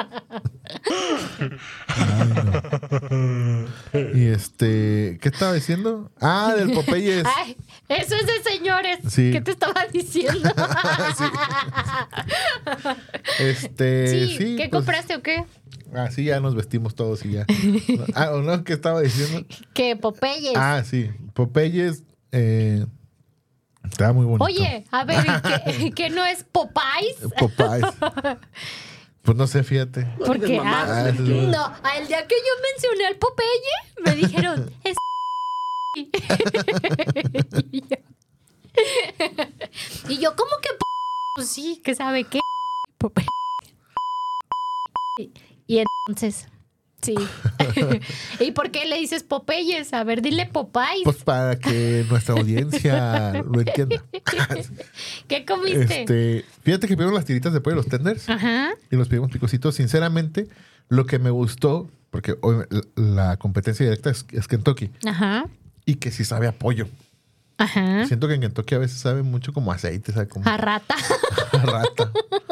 Ay, no. Y este, ¿qué estaba diciendo? Ah, del Popeyes. Ay, eso es de señores. Sí. ¿Qué te estaba diciendo? Sí. Este, Sí, sí, ¿qué pues, compraste o qué? así ya nos vestimos todos y ya. Ah, ¿o no? ¿Qué estaba diciendo? Que Popeyes. Ah, sí. Popeyes eh, estaba muy bonito. Oye, a ver, ¿qué, qué no es Popeyes? Popeyes. Pues no sé, fíjate. Porque digas ah, mamadas, Mary Jane. no, el día que yo mencioné al Popeye, me dijeron, es y yo, y yo, ¿cómo que pues sí, que sabe qué? Popeye. Y entonces, sí. ¿Y por qué le dices Popeyes? A ver, dile Popeyes. Pues para que nuestra audiencia lo entienda. ¿Qué comiste? Este, fíjate que pedimos las tiritas de pollo, los tenders, Ajá. y los pedimos picositos. Sinceramente, lo que me gustó, porque hoy la competencia directa es, es Kentucky, Ajá. y que sí sabe a pollo. Ajá. Siento que en Kentucky a veces sabe mucho como aceite, sabe como A rata. una rata.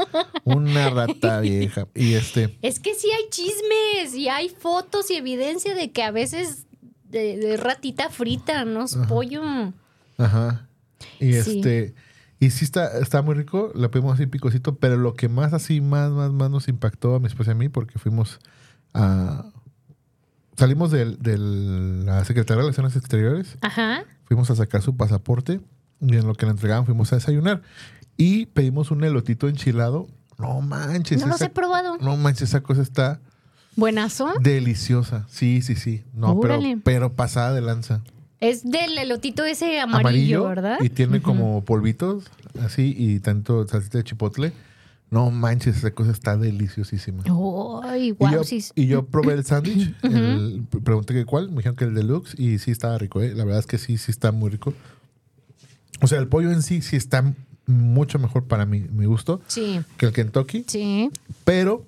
Una rata vieja. Y este, Es que sí hay chismes y hay fotos y evidencia de que a veces de, de ratita frita, no es pollo. ajá. Y Sí. este, y sí está, está muy rico, lo pedimos así picosito, pero lo que más así, más, más, más nos impactó a mi esposa y a mí, porque fuimos a... Salimos de la Secretaría de Relaciones Exteriores, Ajá. fuimos a sacar su pasaporte y en lo que le entregaban fuimos a desayunar. Y pedimos un elotito enchilado. No manches. No los esa- he probado. No manches, esa cosa está Buenazo. deliciosa. Sí, sí, sí. No, pero, Órale. pero pasada de lanza. Es del elotito ese amarillo, ¿verdad? Y tiene Ujú. como polvitos así y tanto salsita de chipotle. No manches, esa cosa está deliciosísima. Ay, Y guau, yo, sí. y yo probé el sándwich, el- pregunté que cuál, me dijeron que el deluxe y sí estaba rico, ¿eh? La verdad es que sí, sí está muy rico. O sea, el pollo en sí sí está mucho mejor para mi, mi gusto Sí, que el Kentucky, sí. pero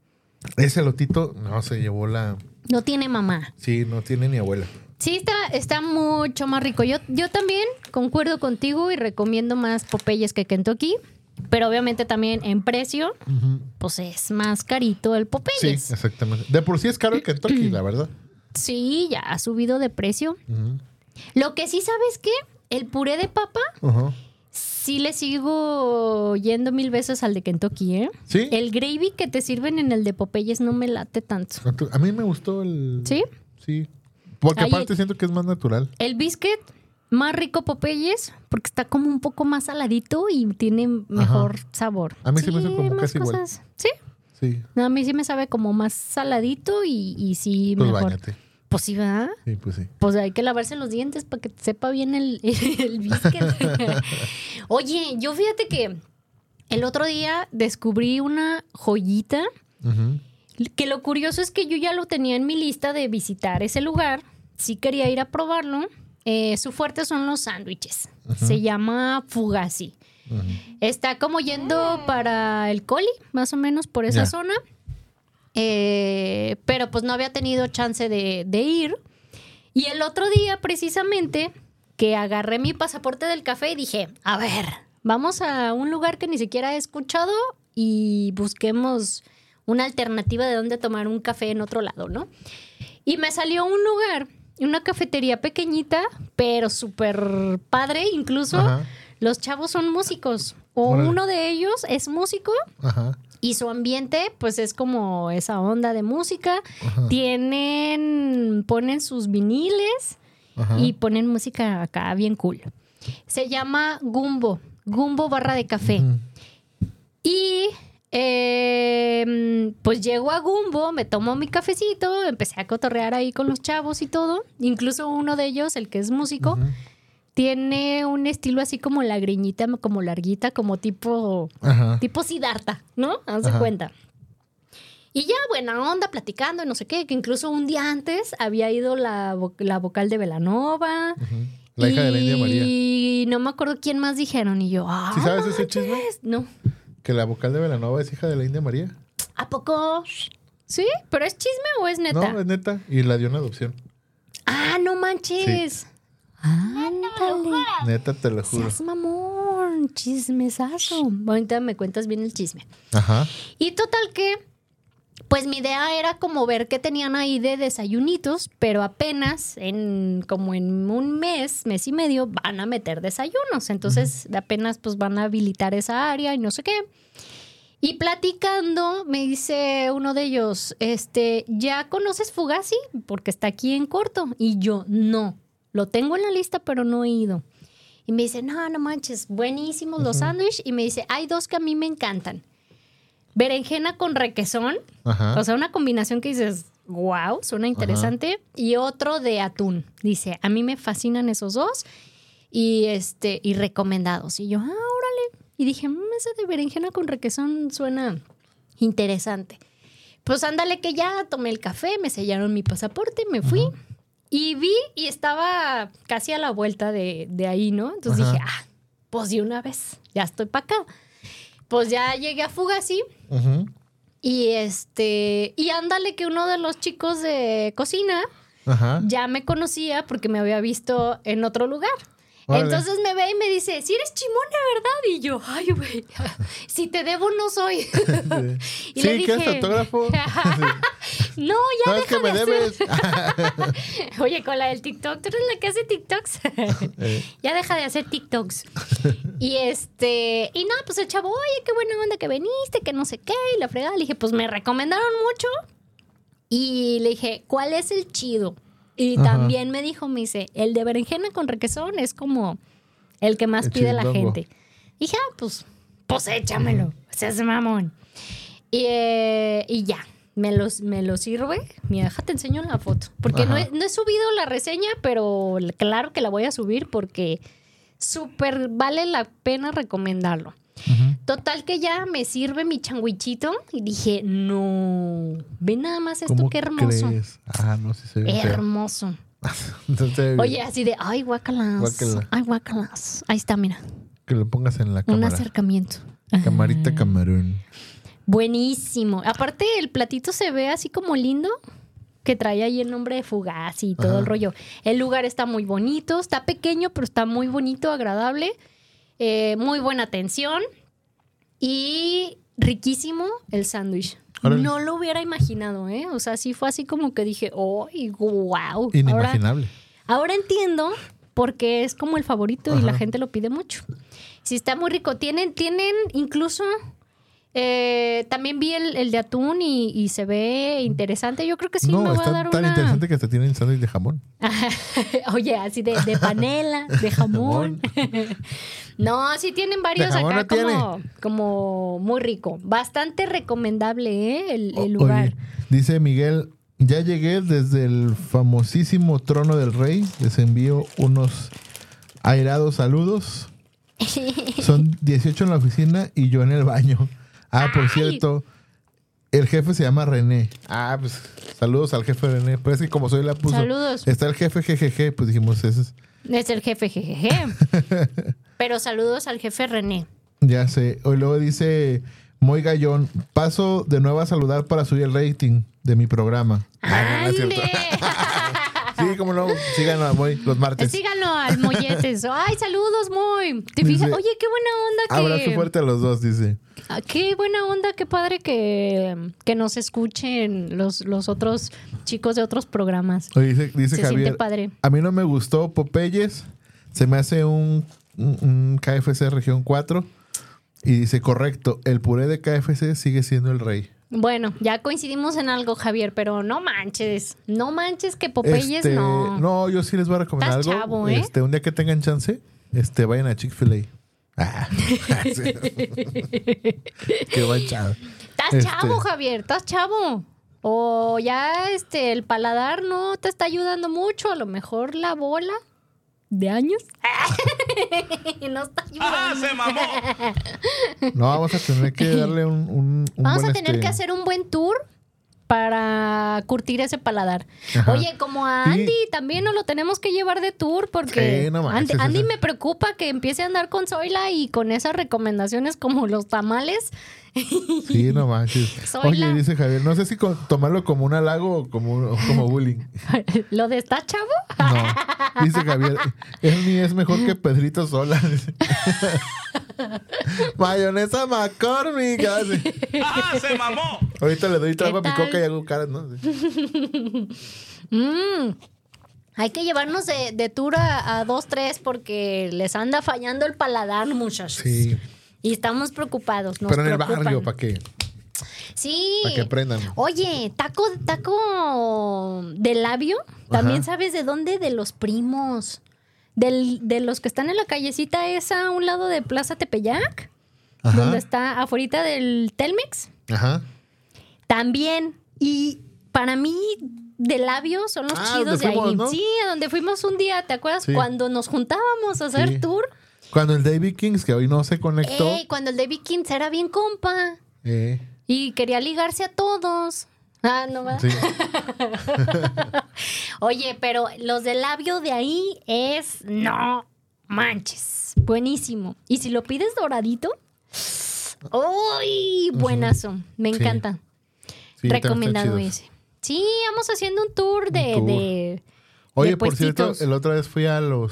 ese lotito no se llevó la... No tiene mamá. Sí, no tiene ni abuela. Sí, está, está mucho más rico. Yo, yo también concuerdo contigo y recomiendo más Popeyes que Kentucky. Pero obviamente también en precio, pues es más carito el Sí, Popeyes. exactamente. De por sí es caro el Kentucky, la verdad. Sí, ya ha subido de precio. Ujú. Lo que sí, ¿sabes qué? El puré de papa, Ajá. sí le sigo yendo mil veces al de Kentucky, ¿eh? ¿Sí? El gravy que te sirven en el de Popeyes no me late tanto. A mí me gustó el... ¿Sí? Sí. Porque Ahí- aparte siento que es más natural. El biscuit, más rico Popeyes, porque está como un poco más saladito y tiene mejor sabor. A mí sí me hizo como más casi igual. cosas. Sí. Sí. No, a mí sí me sabe como más saladito y, y sí Pues mejor. báñate. Pues sí, ¿verdad? Sí, pues sí. Pues hay que lavarse los dientes para que te sepa bien el, el biscuit. Oye, yo fíjate que el otro día descubrí una joyita Ujú. que lo curioso es que yo ya lo tenía en mi lista de visitar ese lugar. Sí quería ir a probarlo. Eh, su fuerte son los sándwiches. Se llama Fugazi. Está como yendo para el Coli, más o menos por esa Ya. zona. Eh, pero pues no había tenido chance de, de ir. Y el otro día, precisamente, que agarré mi pasaporte del café y dije, a ver, vamos a un lugar que ni siquiera he escuchado y busquemos una alternativa de dónde tomar un café en otro lado, ¿no? Y me salió un lugar, una cafetería pequeñita, pero súper padre. Incluso Ajá. los chavos son músicos. O Órale. uno de ellos es músico Ajá. y su ambiente, pues es como esa onda de música. Ajá. Tienen, ponen sus viniles Ajá. y ponen música acá bien cool. Se llama Gumbo, Gumbo barra de café. Ujú. Y eh, pues llego a Gumbo, me tomo mi cafecito, empecé a cotorrear ahí con los chavos y todo. Incluso uno de ellos, el que es músico, Ujú. tiene un estilo así como la greñita, como larguita, como tipo, Ajá. tipo Siddhartha, ¿no? Haz de Ajá. cuenta. Y ya, buena onda, platicando, no sé qué, que incluso un día antes había ido la, vo- la vocal de Belanova. Ujú. La hija de la India María. Y no me acuerdo quién más dijeron. Y yo, ah, ¿Sí sabes ese chisme? no. Que la vocal de Belanova es hija de la India María. ¿A poco? ¿Sí? ¿Pero es chisme o es neta? No, es neta. Y la dio en adopción. Ah, no manches. Ándale. Neta, te lo juro. Seas mamón, chismesazo. Ahorita me cuentas bien el chisme. Ajá. Y total que, pues mi idea era como ver qué tenían ahí de desayunitos, pero apenas en como en un mes, mes y medio, van a meter desayunos. Entonces apenas pues van a habilitar esa área y no sé qué. Y platicando, me dice uno de ellos, este, ¿ya conoces Fugazi? Porque está aquí en corto. Y yo, no, lo tengo en la lista, pero no he ido. Y me dice, no, no manches, buenísimos los sándwiches. Y me dice, hay dos que a mí me encantan. Berenjena con requesón. Ajá. O sea, una combinación que dices, wow, suena interesante. Y otro de atún. Dice, a mí me fascinan esos dos. Y este, y recomendados. Y yo, ah, órale. Y dije, mmm, ese de berenjena con requesón suena interesante. Pues ándale que ya tomé el café, me sellaron mi pasaporte, me fui. Uh-huh. Y vi y estaba casi a la vuelta de, de ahí, ¿no? Entonces uh-huh. dije, ah, pues de una vez, ya estoy para acá. Pues ya llegué a Fugazi. Uh-huh. Y este, y ándale que uno de los chicos de cocina uh-huh. ya me conocía porque me había visto en otro lugar. Vale. Entonces me ve y me dice, si eres chimona, ¿verdad? Y yo, ay, güey, si te debo no soy. Y sí, le dije, ¿qué es autógrafo? No, ya no, deja es que de me hacer. debes. Oye, con la del TikTok, ¿tú eres la que hace TikToks? eh. Ya deja de hacer TikToks. Y este, y nada, pues el chavo, oye, qué buena onda que veniste, que no sé qué, y la fregada. Le dije, pues me recomendaron mucho. Y le dije, ¿cuál es el chido? Y Ajá. también me dijo, me dice, el de berenjena con requesón es como el que más el pide chindongo. La gente. Y dije, ah, pues, pues échamelo. Seas mamón. Y, eh, y ya, me los, me lo sirve. Mira, déjate enseño la foto. Porque no he, no he subido la reseña, pero claro que la voy a subir porque súper vale la pena recomendarlo. Uh-huh. Total que ya me sirve mi changuichito y dije, no, ve nada más esto, qué hermoso. ¿Crees? Ah, no sé si se ve hermoso. Entonces, oye, así de, ay, guácalas. Guácala. Ay, guácalas. Ahí está, mira. Que lo pongas en la cámara. Un acercamiento. Camarita camarón. Buenísimo. Aparte, el platito se ve así como lindo, que trae ahí el nombre de Fugazi y todo Ajá. el rollo. El lugar está muy bonito, está pequeño, pero está muy bonito, agradable. Eh, muy buena atención y riquísimo el sándwich. No lo hubiera imaginado, ¿eh? O sea, sí fue así como que dije, ¡oh, wow! Inimaginable. Ahora, ahora entiendo por qué es como el favorito Ajá. y la gente lo pide mucho. Sí, está muy rico. Tienen, tienen incluso... Eh, también vi el, el de atún y, y se ve interesante. Yo creo que sí no, me voy a dar una... No, está tan interesante que hasta tienen sándwich de jamón. Oye, así de, de panela, de jamón. No, sí tienen varios acá no como, como muy rico. Bastante recomendable, ¿eh? El, el lugar. Oye, dice Miguel, ya llegué desde el famosísimo Trono del Rey. Les envío unos airados saludos. Son dieciocho en la oficina y yo en el baño. Ah, por Ay. cierto, el jefe se llama René. Ah, pues saludos al jefe René. Pues es que como soy la puso. Saludos. Está el jefe jejeje, pues dijimos ese es. Es el jefe jejeje. Pero saludos al jefe René. Ya sé. Hoy luego dice Moy Gallón, paso de nuevo a saludar para subir el rating de mi programa. Ah, no, no es cierto. Sí, como no, síganlo a Moy los martes. Síganlo al Molletes. Ay, saludos, Moy. ¿Te dice, fijas? Oye, qué buena onda que... Abrazo fuerte a los dos, dice. Qué buena onda, qué padre que, que nos escuchen los, los otros chicos de otros programas. Oye, dice, dice Se Javier, siente padre. A mí no me gustó Popeyes. Se me hace un, un, un K F C Región cuatro. Y dice, correcto, el puré de K F C sigue siendo el rey. Bueno, ya coincidimos en algo, Javier, pero no manches. No manches que Popeyes este, no. No, yo sí les voy a recomendar Estás algo. Chavo, ¿eh? Este, un día que tengan chance, este, vayan a Chick-fil-A. Ah, qué buen chavo. Estás este, chavo, Javier, estás chavo. O ya este, el paladar no te está ayudando mucho. A lo mejor la bola. de años. No está ayudando. ¡Ah, se mamó! No, vamos a tener que darle un, un, un Vamos buen a tener este- que hacer un buen tour para curtir ese paladar. Ajá. Oye, como a Sí. Andy también nos lo tenemos que llevar de tour porque Sí, no Andy, manches, Andy esa- me preocupa que empiece a andar con Zoila y con esas recomendaciones como los tamales. Sí, no manches. Zoila. Oye, dice Javier, no sé si co- tomarlo como un halago o como, o como bullying. ¿Lo de está chavo? No, dice Javier, él ni es mejor que Pedrito Sola. Dice. Mayonesa McCormick. Hace. ¡Ah, se mamó! Ahorita le doy trago a ¿Qué mi tal? coca y hago caras, ¿no? Mm. Hay que llevarnos de, de tour a, a dos, tres porque les anda fallando el paladar, muchachos. Sí, Y estamos preocupados. Nos pero en el preocupan. barrio, ¿para qué? Sí. Para que aprendan. Oye, taco, taco de labio. También Ajá. sabes de dónde, de los primos. Del, de los que están en la callecita esa a un lado de Plaza Tepeyac. Ajá. Donde está afuera del Telmex. Ajá. También. Y para mí, de labio son los Ah, chidos donde de ahí. fuimos, ¿no? Sí, a donde fuimos un día, ¿te acuerdas? Sí. Cuando nos juntábamos a hacer Sí. tour. Cuando el David Kings, que hoy no se conectó. Ey, cuando el David Kings era bien compa. eh, Y quería ligarse a todos. Ah, no va. sí. Oye, pero los de labio de ahí es no manches. Buenísimo. Y si lo pides doradito, ¡uy! Buenazo. Me Sí. encanta. Sí, Recomendado están chidos. ese. Sí, vamos haciendo un tour de. Un tour. de Oye, de por cierto, puestitos. el otra vez fui a los.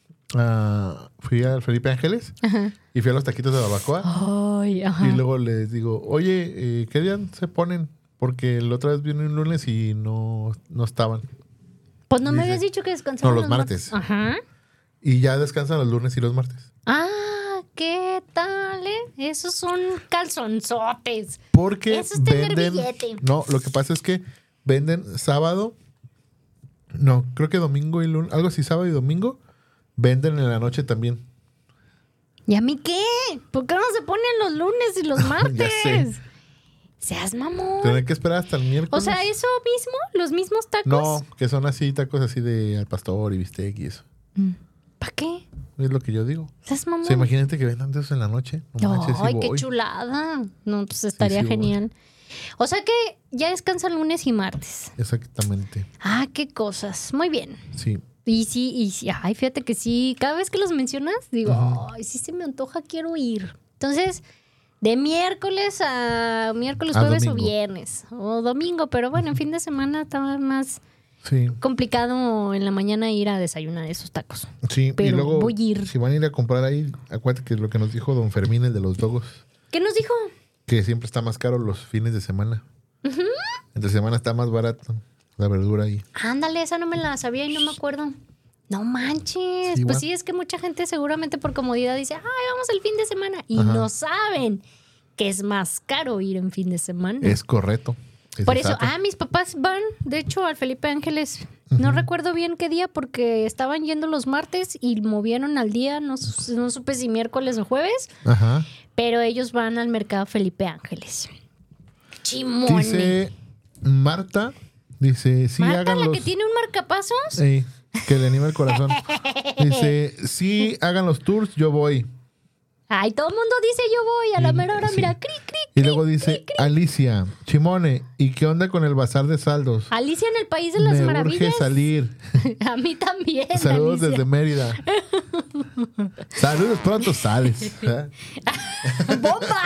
ah, fui al Felipe Ángeles Ajá. y fui a los taquitos de barbacoa. Ay, ajá. Y luego les digo, oye, eh, ¿qué día se ponen? Porque la otra vez vine un lunes y no, no estaban. Pues no me dice- habías dicho que descansaban No, los martes. Ajá. Y ya descansan los lunes y los martes. Ah, ¿qué tal, eh? Esos son calzonzotes. Porque Eso es tener venden. billete. No, lo que pasa es que venden sábado. No, creo que domingo y lunes. Algo así, sábado y domingo. Venden en la noche también. ¿Y a mí qué? ¿Por qué no se ponen los lunes y los martes? sé. Seas mamón. Tener que esperar hasta el O miércoles. sea, ¿eso mismo? ¿Los mismos tacos? No, que son así, tacos así de al pastor y bistec y eso. ¿Para qué? Es lo que yo digo. Seas mamón. O sea, imagínate que vendan de eso en la noche. No manches, sí Ay, qué voy. chulada. No, pues estaría sí voy. genial. O sea que ya descansa lunes y martes. Exactamente. Ah, qué cosas. Muy bien. Sí. Y sí, y sí. Ay, fíjate que sí. Cada vez que los mencionas, digo, Ajá. ay, sí se me antoja, quiero ir. Entonces, de miércoles a miércoles, A jueves domingo. o viernes. O domingo, pero bueno, en fin de semana estaba más Sí. complicado en la mañana ir a desayunar esos tacos. Sí. Pero y luego, voy a ir. si van a ir a comprar ahí, acuérdate que lo que nos dijo don Fermín, el de los dogos, ¿Qué nos dijo? que siempre está más caro los fines de semana. Entre semana está más barato la verdura ahí. Ándale, esa no me la sabía y no me acuerdo. No manches. Sí, pues guau. sí, es que mucha gente seguramente por comodidad dice, ay, vamos el fin de semana. Y Ajá. no saben que es más caro ir en fin de semana. Es correcto. Es Por eso, exacto. ah, mis papás van, de hecho, al Felipe Ángeles. No recuerdo bien qué día porque estaban yendo los martes y movieron al día, no, su- no supe si miércoles o jueves, Ajá. pero ellos van al mercado Felipe Ángeles. Chimone. Dice Marta, dice, sí Marta, hagan la los... que tiene un marcapasos. Ey, que le anima el corazón. Dice, sí hagan los tours, yo voy. Ay, todo el mundo dice yo voy, a la Y- mera hora, sí. mira, cri, cri. Y luego dice, Alicia, Chimone, ¿y qué onda con el bazar de saldos? Alicia en el País de las Me Maravillas. urge salir. A mí también. Saludos Alicia. desde Mérida. Saludos, pronto sales. ¿Eh? ¡Bomba!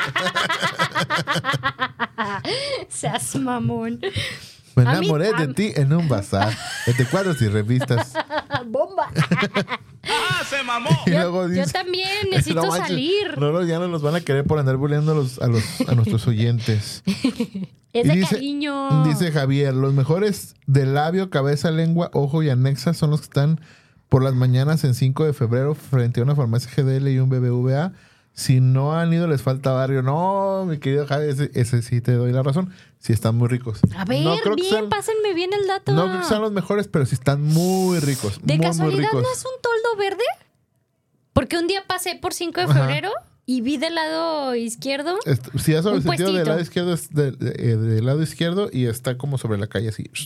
Seas mamón. Me A mí- enamoré a- de ti en un bazar, entre cuadros y revistas. ¡Bomba! ¡Ah, se mamó! Y Yo, luego yo dice, también necesito No manches, salir. No, no, ya no nos van a querer por andar bulleando a, los, a, los, a nuestros oyentes. Es Y de dice- cariño. Dice Javier, los mejores de labio, cabeza, lengua, ojo y anexa son los que están por las mañanas en cinco de febrero frente a una farmacia G D L y un B B V A. Si no han ido, les falta barrio. No, mi querido Javier, ese, ese sí te doy la razón. Sí están muy ricos. A ver, no creo que bien, sean, pásenme bien el dato. no creo que sean los mejores, pero sí están muy ricos. ¿De muy, muy casualidad ricos. no es un toldo verde? Porque un día pasé por cinco de Ajá. febrero y vi del lado izquierdo. Est- Si es sobre el Un sentido del puestito. lado izquierdo, es de- de- eh, del lado izquierdo y está como sobre la calle así.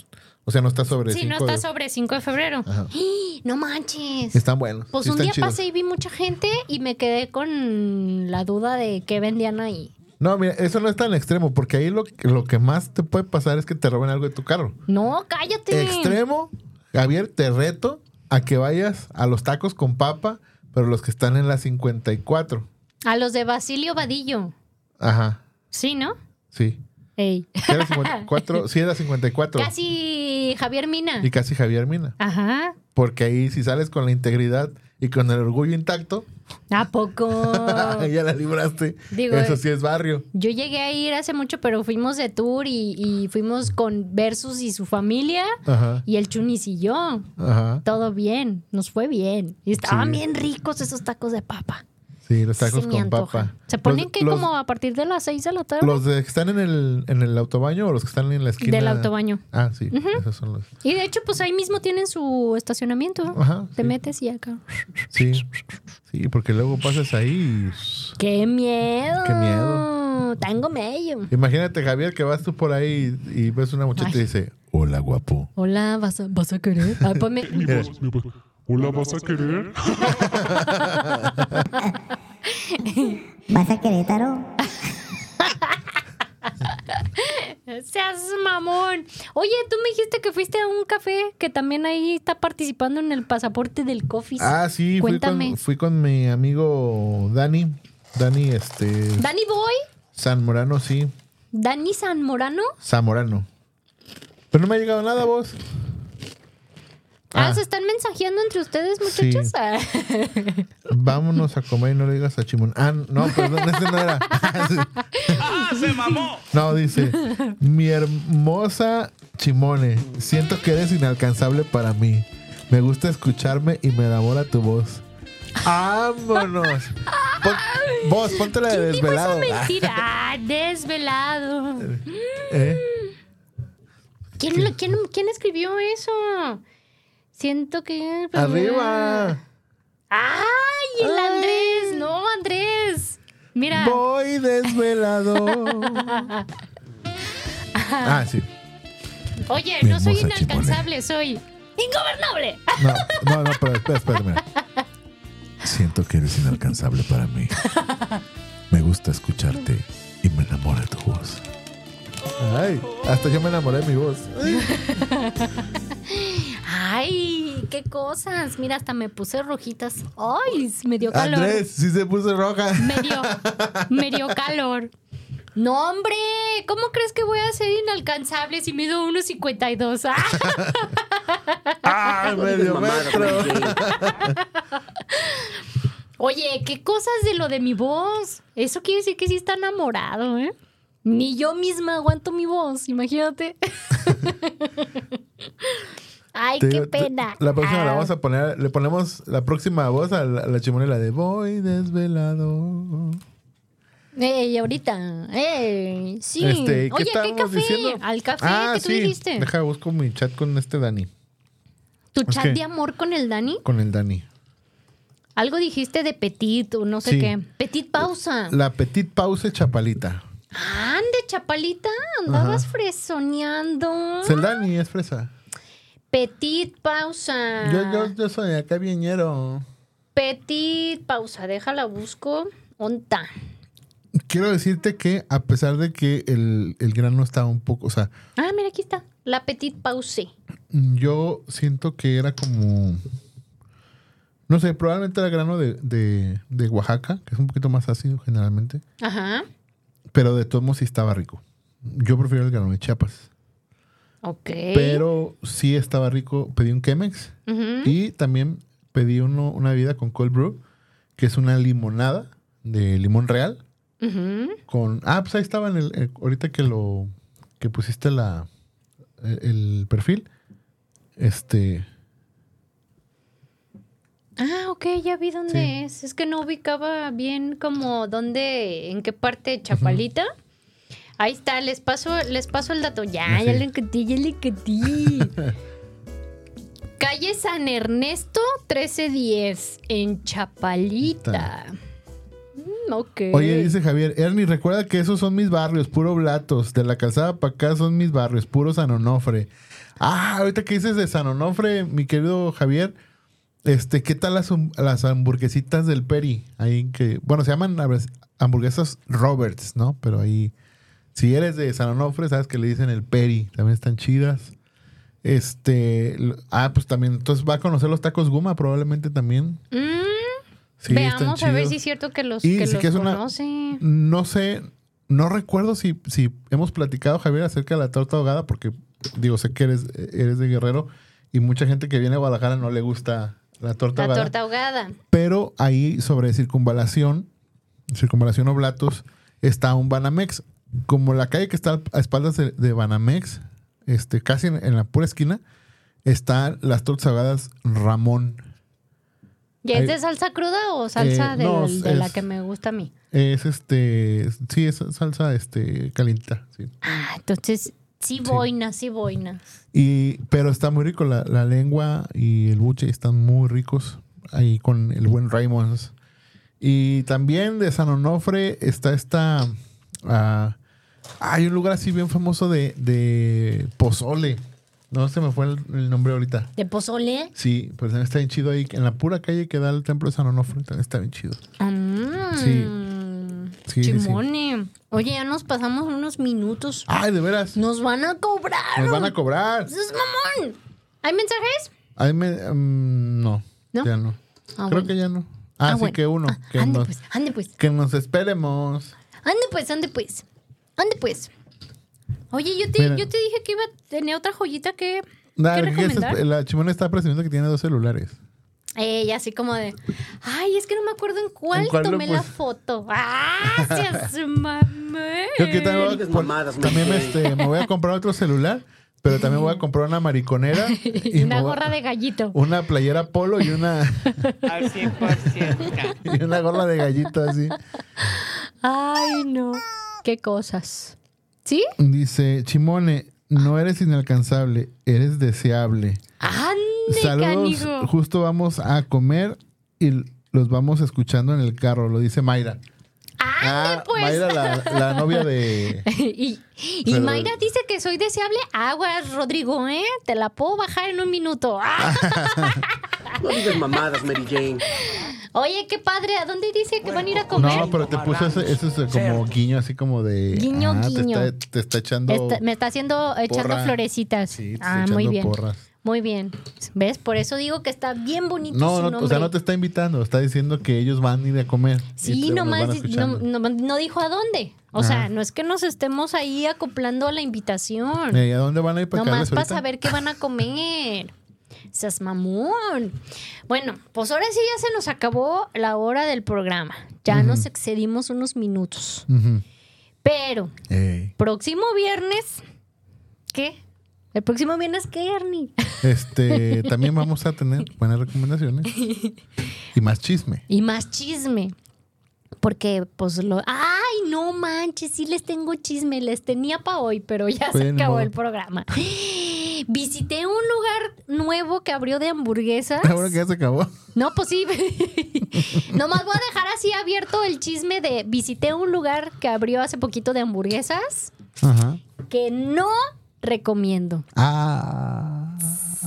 O sea, no está sobre Sí, cinco no está de- sobre cinco de febrero. Ajá. ¡Ah! No manches. Están buenos. Pues sí un están día chidos. pasé y vi mucha gente y me quedé con la duda de qué vendían ahí. No, mira, eso no es tan extremo, porque ahí lo, lo que más te puede pasar es que te roben algo de tu carro. No, cállate. Extremo, Javier, te reto a que vayas a los tacos con papa, pero los que están en la cincuenta y cuatro. A los de Basilio Vadillo. Ajá, Sí, ¿no? sí. Ey. ¿Qué era cincuenta y cuatro? Sí, era cincuenta y cuatro. Casi Javier Mina. Y casi Javier Mina. Ajá. Porque ahí si sales con la integridad y con el orgullo intacto, ¿A poco? ya la libraste. Digo, Eso eh, sí es barrio. Yo llegué a ir hace mucho, pero fuimos de tour y, y fuimos con Versus y su familia Ajá, y el Chunis y yo. ajá. Todo bien, nos fue bien. Y estaban Sí. bien ricos esos tacos de papa. Sí, los tacos Se me con antoja. papa. ¿Se ponen Los- que los- como a partir de las seis de la tarde? ¿Los de que están en el, en el autobaño o los que están en la esquina? Del autobaño. Ah, sí, esos son los. Y de hecho, pues ahí mismo tienen su estacionamiento. Ajá, Te sí. metes y acá. Sí, sí, porque luego pasas ahí y... ¡Qué miedo! Qué miedo. Tengo medio. Imagínate, Javier, que vas tú por ahí y, y ves una muchacha y Ay. dice, hola, guapo. Hola, ¿vas a, vas a querer? Ah, ponme- Mi voz, mi voz. Hola, ¿vas a querer? ¿Vas a Querétaro? Seas mamón. Oye, tú me dijiste que fuiste a un café que también ahí está participando en el pasaporte del Coffee. Ah, sí, fui Cuéntame. con, fui con mi amigo Dani. Dani, este... Dani Boy, San Morano, sí. Dani San Morano. Zamorano. Pero no me ha llegado nada, vos. Ah, Ah. ¿se están mensajeando entre ustedes, Sí. muchachos? Ah. Vámonos a comer y no le digas a Chimón. Ah, no, perdón, ese no era. ¡Ah, se mamó! No, dice, mi hermosa Chimone, siento que eres inalcanzable para mí. Me gusta escucharme y me enamora tu voz. ¡Vámonos! Pon- vos, ponte la de ¿Quién dijo esa desvelado. mentira? Ah, desvelado. ¿Eh? ¿Quién, lo- quién, quién escribió eso? Siento que... ¡Arriba! ¡Ay, el Ay. Andrés! No, Andrés. Mira. Voy desvelado. Ah, sí. Oye, Mi no soy hermosa inalcanzable, soy ingobernable. No, no, no, pero espera, espera, mira. Siento que eres inalcanzable para mí. Me gusta escucharte y me enamora tu voz. Ay, hasta yo me enamoré de mi voz. Ay, qué cosas. Mira, hasta me puse rojitas. Ay, me dio calor. Andrés, sí se puso roja. Me dio, me dio calor. No, hombre, ¿cómo crees que voy a ser inalcanzable si mido uno cincuenta y dos? Ah. ¡Ah, No digas medio mamadas, metro! Mary Jane. Oye, qué cosas de lo de mi voz. Eso quiere decir que sí está enamorado, ¿eh? Ni yo misma aguanto mi voz, imagínate. Ay, Te qué digo, te- pena. La próxima Ah. la vamos a poner, le ponemos la próxima voz a la, a la chimonela de Voy desvelado. Ey, ahorita. Ey, sí. Este, Oye, ¿qué estábamos café? diciendo? Al café Ah, que tú sí. dijiste. Deja, busco mi chat con este Dani. ¿Tu es chat que- de amor con el Dani? Con el Dani. Algo dijiste de petit o no sé Sí. qué. Petit pausa. La Petit Pause Chapalita. Ande, Chapalita, andabas Ajá. fresoneando. Es el Dani, es fresa. Petit pausa. Yo, yo, yo soy acá viñero. Petit pausa, déjala busco. Onta. Quiero decirte que a pesar de que el, el grano está un poco, o sea, Ah, mira, aquí está. La petit pause. yo siento que era como, no sé, probablemente era grano de, de, de Oaxaca, que es un poquito más ácido generalmente, Ajá. pero de todos modos sí estaba rico. Yo prefiero el grano de Chiapas, Ok. pero sí estaba rico. Pedí un Chemex Ujú. y también pedí uno, una bebida con cold brew, que es una limonada de limón real. Ujú. Con, ah, pues ahí estaba en el, eh, ahorita que lo, que pusiste la, el, el perfil, este, Ah, ok, ya vi dónde Sí. es. Es que no ubicaba bien como dónde, en qué parte de Chapalita. Ahí está, les paso, les paso el dato. Ya, Así. ya le encanté, ya le encanté. Calle San Ernesto, trece diez, en Chapalita. ok. Oye, dice Javier, Ernie, recuerda que esos son mis barrios, puro Blatos. De la calzada para acá son mis barrios, puro San Onofre. Ah, ahorita que dices de San Onofre, mi querido Javier, este, ¿qué tal las, las hamburguesitas del Peri? Ahí que, bueno, se llaman hamburguesas Roberts, ¿no? Pero ahí, si eres de San Onofre, sabes que le dicen el Peri. También están chidas. Este, ah, pues también, entonces va a conocer los tacos Guma probablemente también. Mm, sí, veamos a ver chidos. si es cierto que los, Y que sí los que es una- conoce. No sé, no recuerdo si, si hemos platicado, Javier, acerca de la torta ahogada, porque digo, sé que eres, eres de Guerrero y mucha gente que viene a Guadalajara no le gusta la torta La ahogada. torta ahogada. Pero ahí sobre Circunvalación, Circunvalación Oblatos, está un Banamex. Como la calle que está a espaldas de, de Banamex, este, casi en, en la pura esquina, están las tortas ahogadas Ramón. ¿Y es Ahí- de salsa cruda o salsa Eh, del- no, de la es- que me gusta a mí? Es este, sí, es salsa este, calientita, sí. Ah, entonces sí boina, sí boina. Y, pero está muy rico, la, la lengua y el buche están muy ricos ahí con el buen Raymonds. Y también de San Onofre está esta... ah, hay un lugar así bien famoso de, de pozole. No se me fue el, el nombre ahorita. ¿De pozole? Sí, pues también está bien chido ahí. En la pura calle que da el templo de San Onofre también está bien chido. Mm, Sí. Sí, sí, Chimone. Oye, ya nos pasamos unos minutos. ¡Ay, de veras! Nos van a cobrar. ¡Nos van a cobrar! ¡Eso es mamón! ¿Hay mensajes? Ahí me, mm, no, ¿No? ya no. Ah, Creo bueno. que ya no. Ah, Ah, sí bueno. que uno. Ah, que, ande nos, pues, ande pues. que nos esperemos. Ande pues, ande pues. Ande pues. Oye, yo te, Mira. yo te dije que iba a tener otra joyita que, Nah, que ¿qué es? recomendar. La Chimona está presumiendo que tiene dos celulares. Eh, y así como de, ay, es que no me acuerdo en cuál, ¿En cuál lo tomé la pus- foto. ¡Ah, se mamé! Yo que también, voy a digas pon- mamadas, también Mary este, me voy a comprar otro celular, pero también voy a comprar una mariconera Y y una me voy a- gorra de gallito. una playera polo y una Al cien por ciento. y una gorra de gallito así. Ay, no. Qué cosas. ¿Sí? Dice, Chimone, no eres inalcanzable, eres deseable. ¡Ande, Saludos, canijo! justo vamos a comer y los vamos escuchando en el carro, lo dice Mayra. ¡Ande, pues! Mayra, la, la novia de... y y Pero- Mayra dice que soy deseable. Aguas, Rodrigo, ¿eh? Te la puedo bajar en un minuto. ¡Ah! No digas mamadas, Mary Jane. Oye, qué padre. ¿A dónde dice que van a ir a comer? No, pero te puso ese, ese es como guiño, así como de... Guiño, ah, guiño. Te está, te está echando... Está- me está haciendo, echando porra. florecitas. Sí, te está ah, echando muy bien. porras. Muy bien. ¿Ves? Por eso digo que está bien bonito No, su no, nombre. o sea, no te está invitando, está diciendo que ellos van a ir a comer. y Sí, te- nos nomás van no, escuchando. no, no dijo a dónde. O Ajá. sea, no es que nos estemos ahí acoplando a la invitación. Eh, ¿A dónde van a ir para Nomás caerles para ahorita? saber qué van a comer. Seas mamón. Bueno, pues ahora sí ya se nos acabó la hora del programa. Ya nos excedimos unos minutos. Ujú. Pero, Ey. próximo viernes, ¿qué? El próximo viernes, ¿qué, Ernie? Este, también vamos a tener buenas recomendaciones y más chisme. Y más chisme. Porque, pues, lo... ¡Ay, no manches! Sí les tengo chisme. Les tenía para hoy, pero ya se Pues, ni acabó modo. el programa. Visité un lugar nuevo que abrió de hamburguesas. Ahora que ya se acabó. No, pues sí. Nomás voy a dejar así abierto el chisme de visité un lugar que abrió hace poquito de hamburguesas Ajá. que no recomiendo. Ah.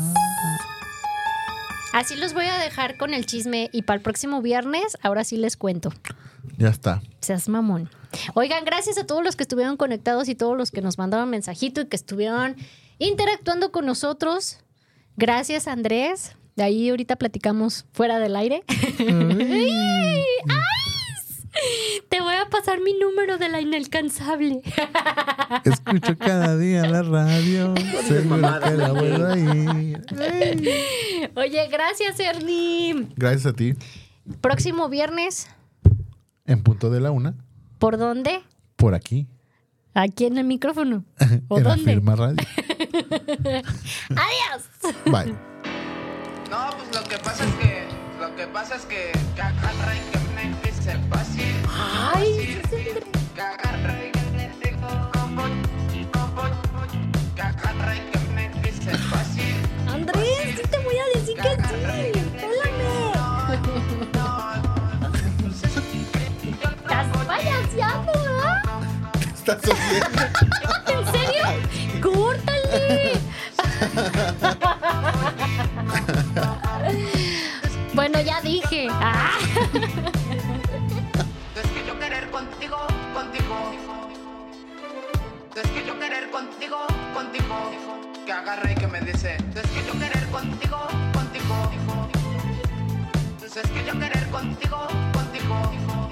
Así los voy a dejar con el chisme y para el próximo viernes, ahora sí les cuento. Ya está. Seas mamón. Oigan, gracias a todos los que estuvieron conectados y todos los que nos mandaron mensajito y que estuvieron interactuando con nosotros. Gracias, Andrés. De ahí ahorita platicamos fuera del aire. ¡Ay! Te voy a pasar mi número de la inalcanzable. Escucho cada día la radio. Seguro mamadas, que la Mary vuelvo a ir. Ey. Oye, gracias, Ernie. Gracias a ti. Próximo viernes, En punto de la una, ¿por dónde? por aquí, Aquí en el micrófono. ¿O en la dónde? firma radio. Adiós. Bye. No, pues lo que pasa es que. Lo que pasa es que. que agarra y que me dice fácil. Ay, fácil, que agarra y que me dice como, como, que agarra y que me dice fácil. Andrés, sí te voy a decir que sí. Pélame. estás oyendo? ¿En serio? ¡Córtale! Bueno, ya dije. Ah. Es que yo querer contigo, contigo. Es que yo querer contigo, contigo. Que agarra y que me dice. Es que yo querer contigo, contigo. Es que yo querer contigo, contigo.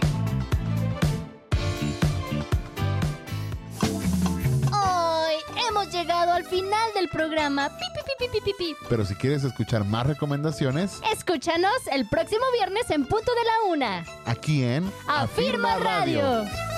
Hoy hemos llegado al final del programa. Pi, pi, pi, pi, pi, pi, pi. Pero si quieres escuchar más recomendaciones, Escúchanos el próximo viernes en punto de la una. aquí en Afirma Radio.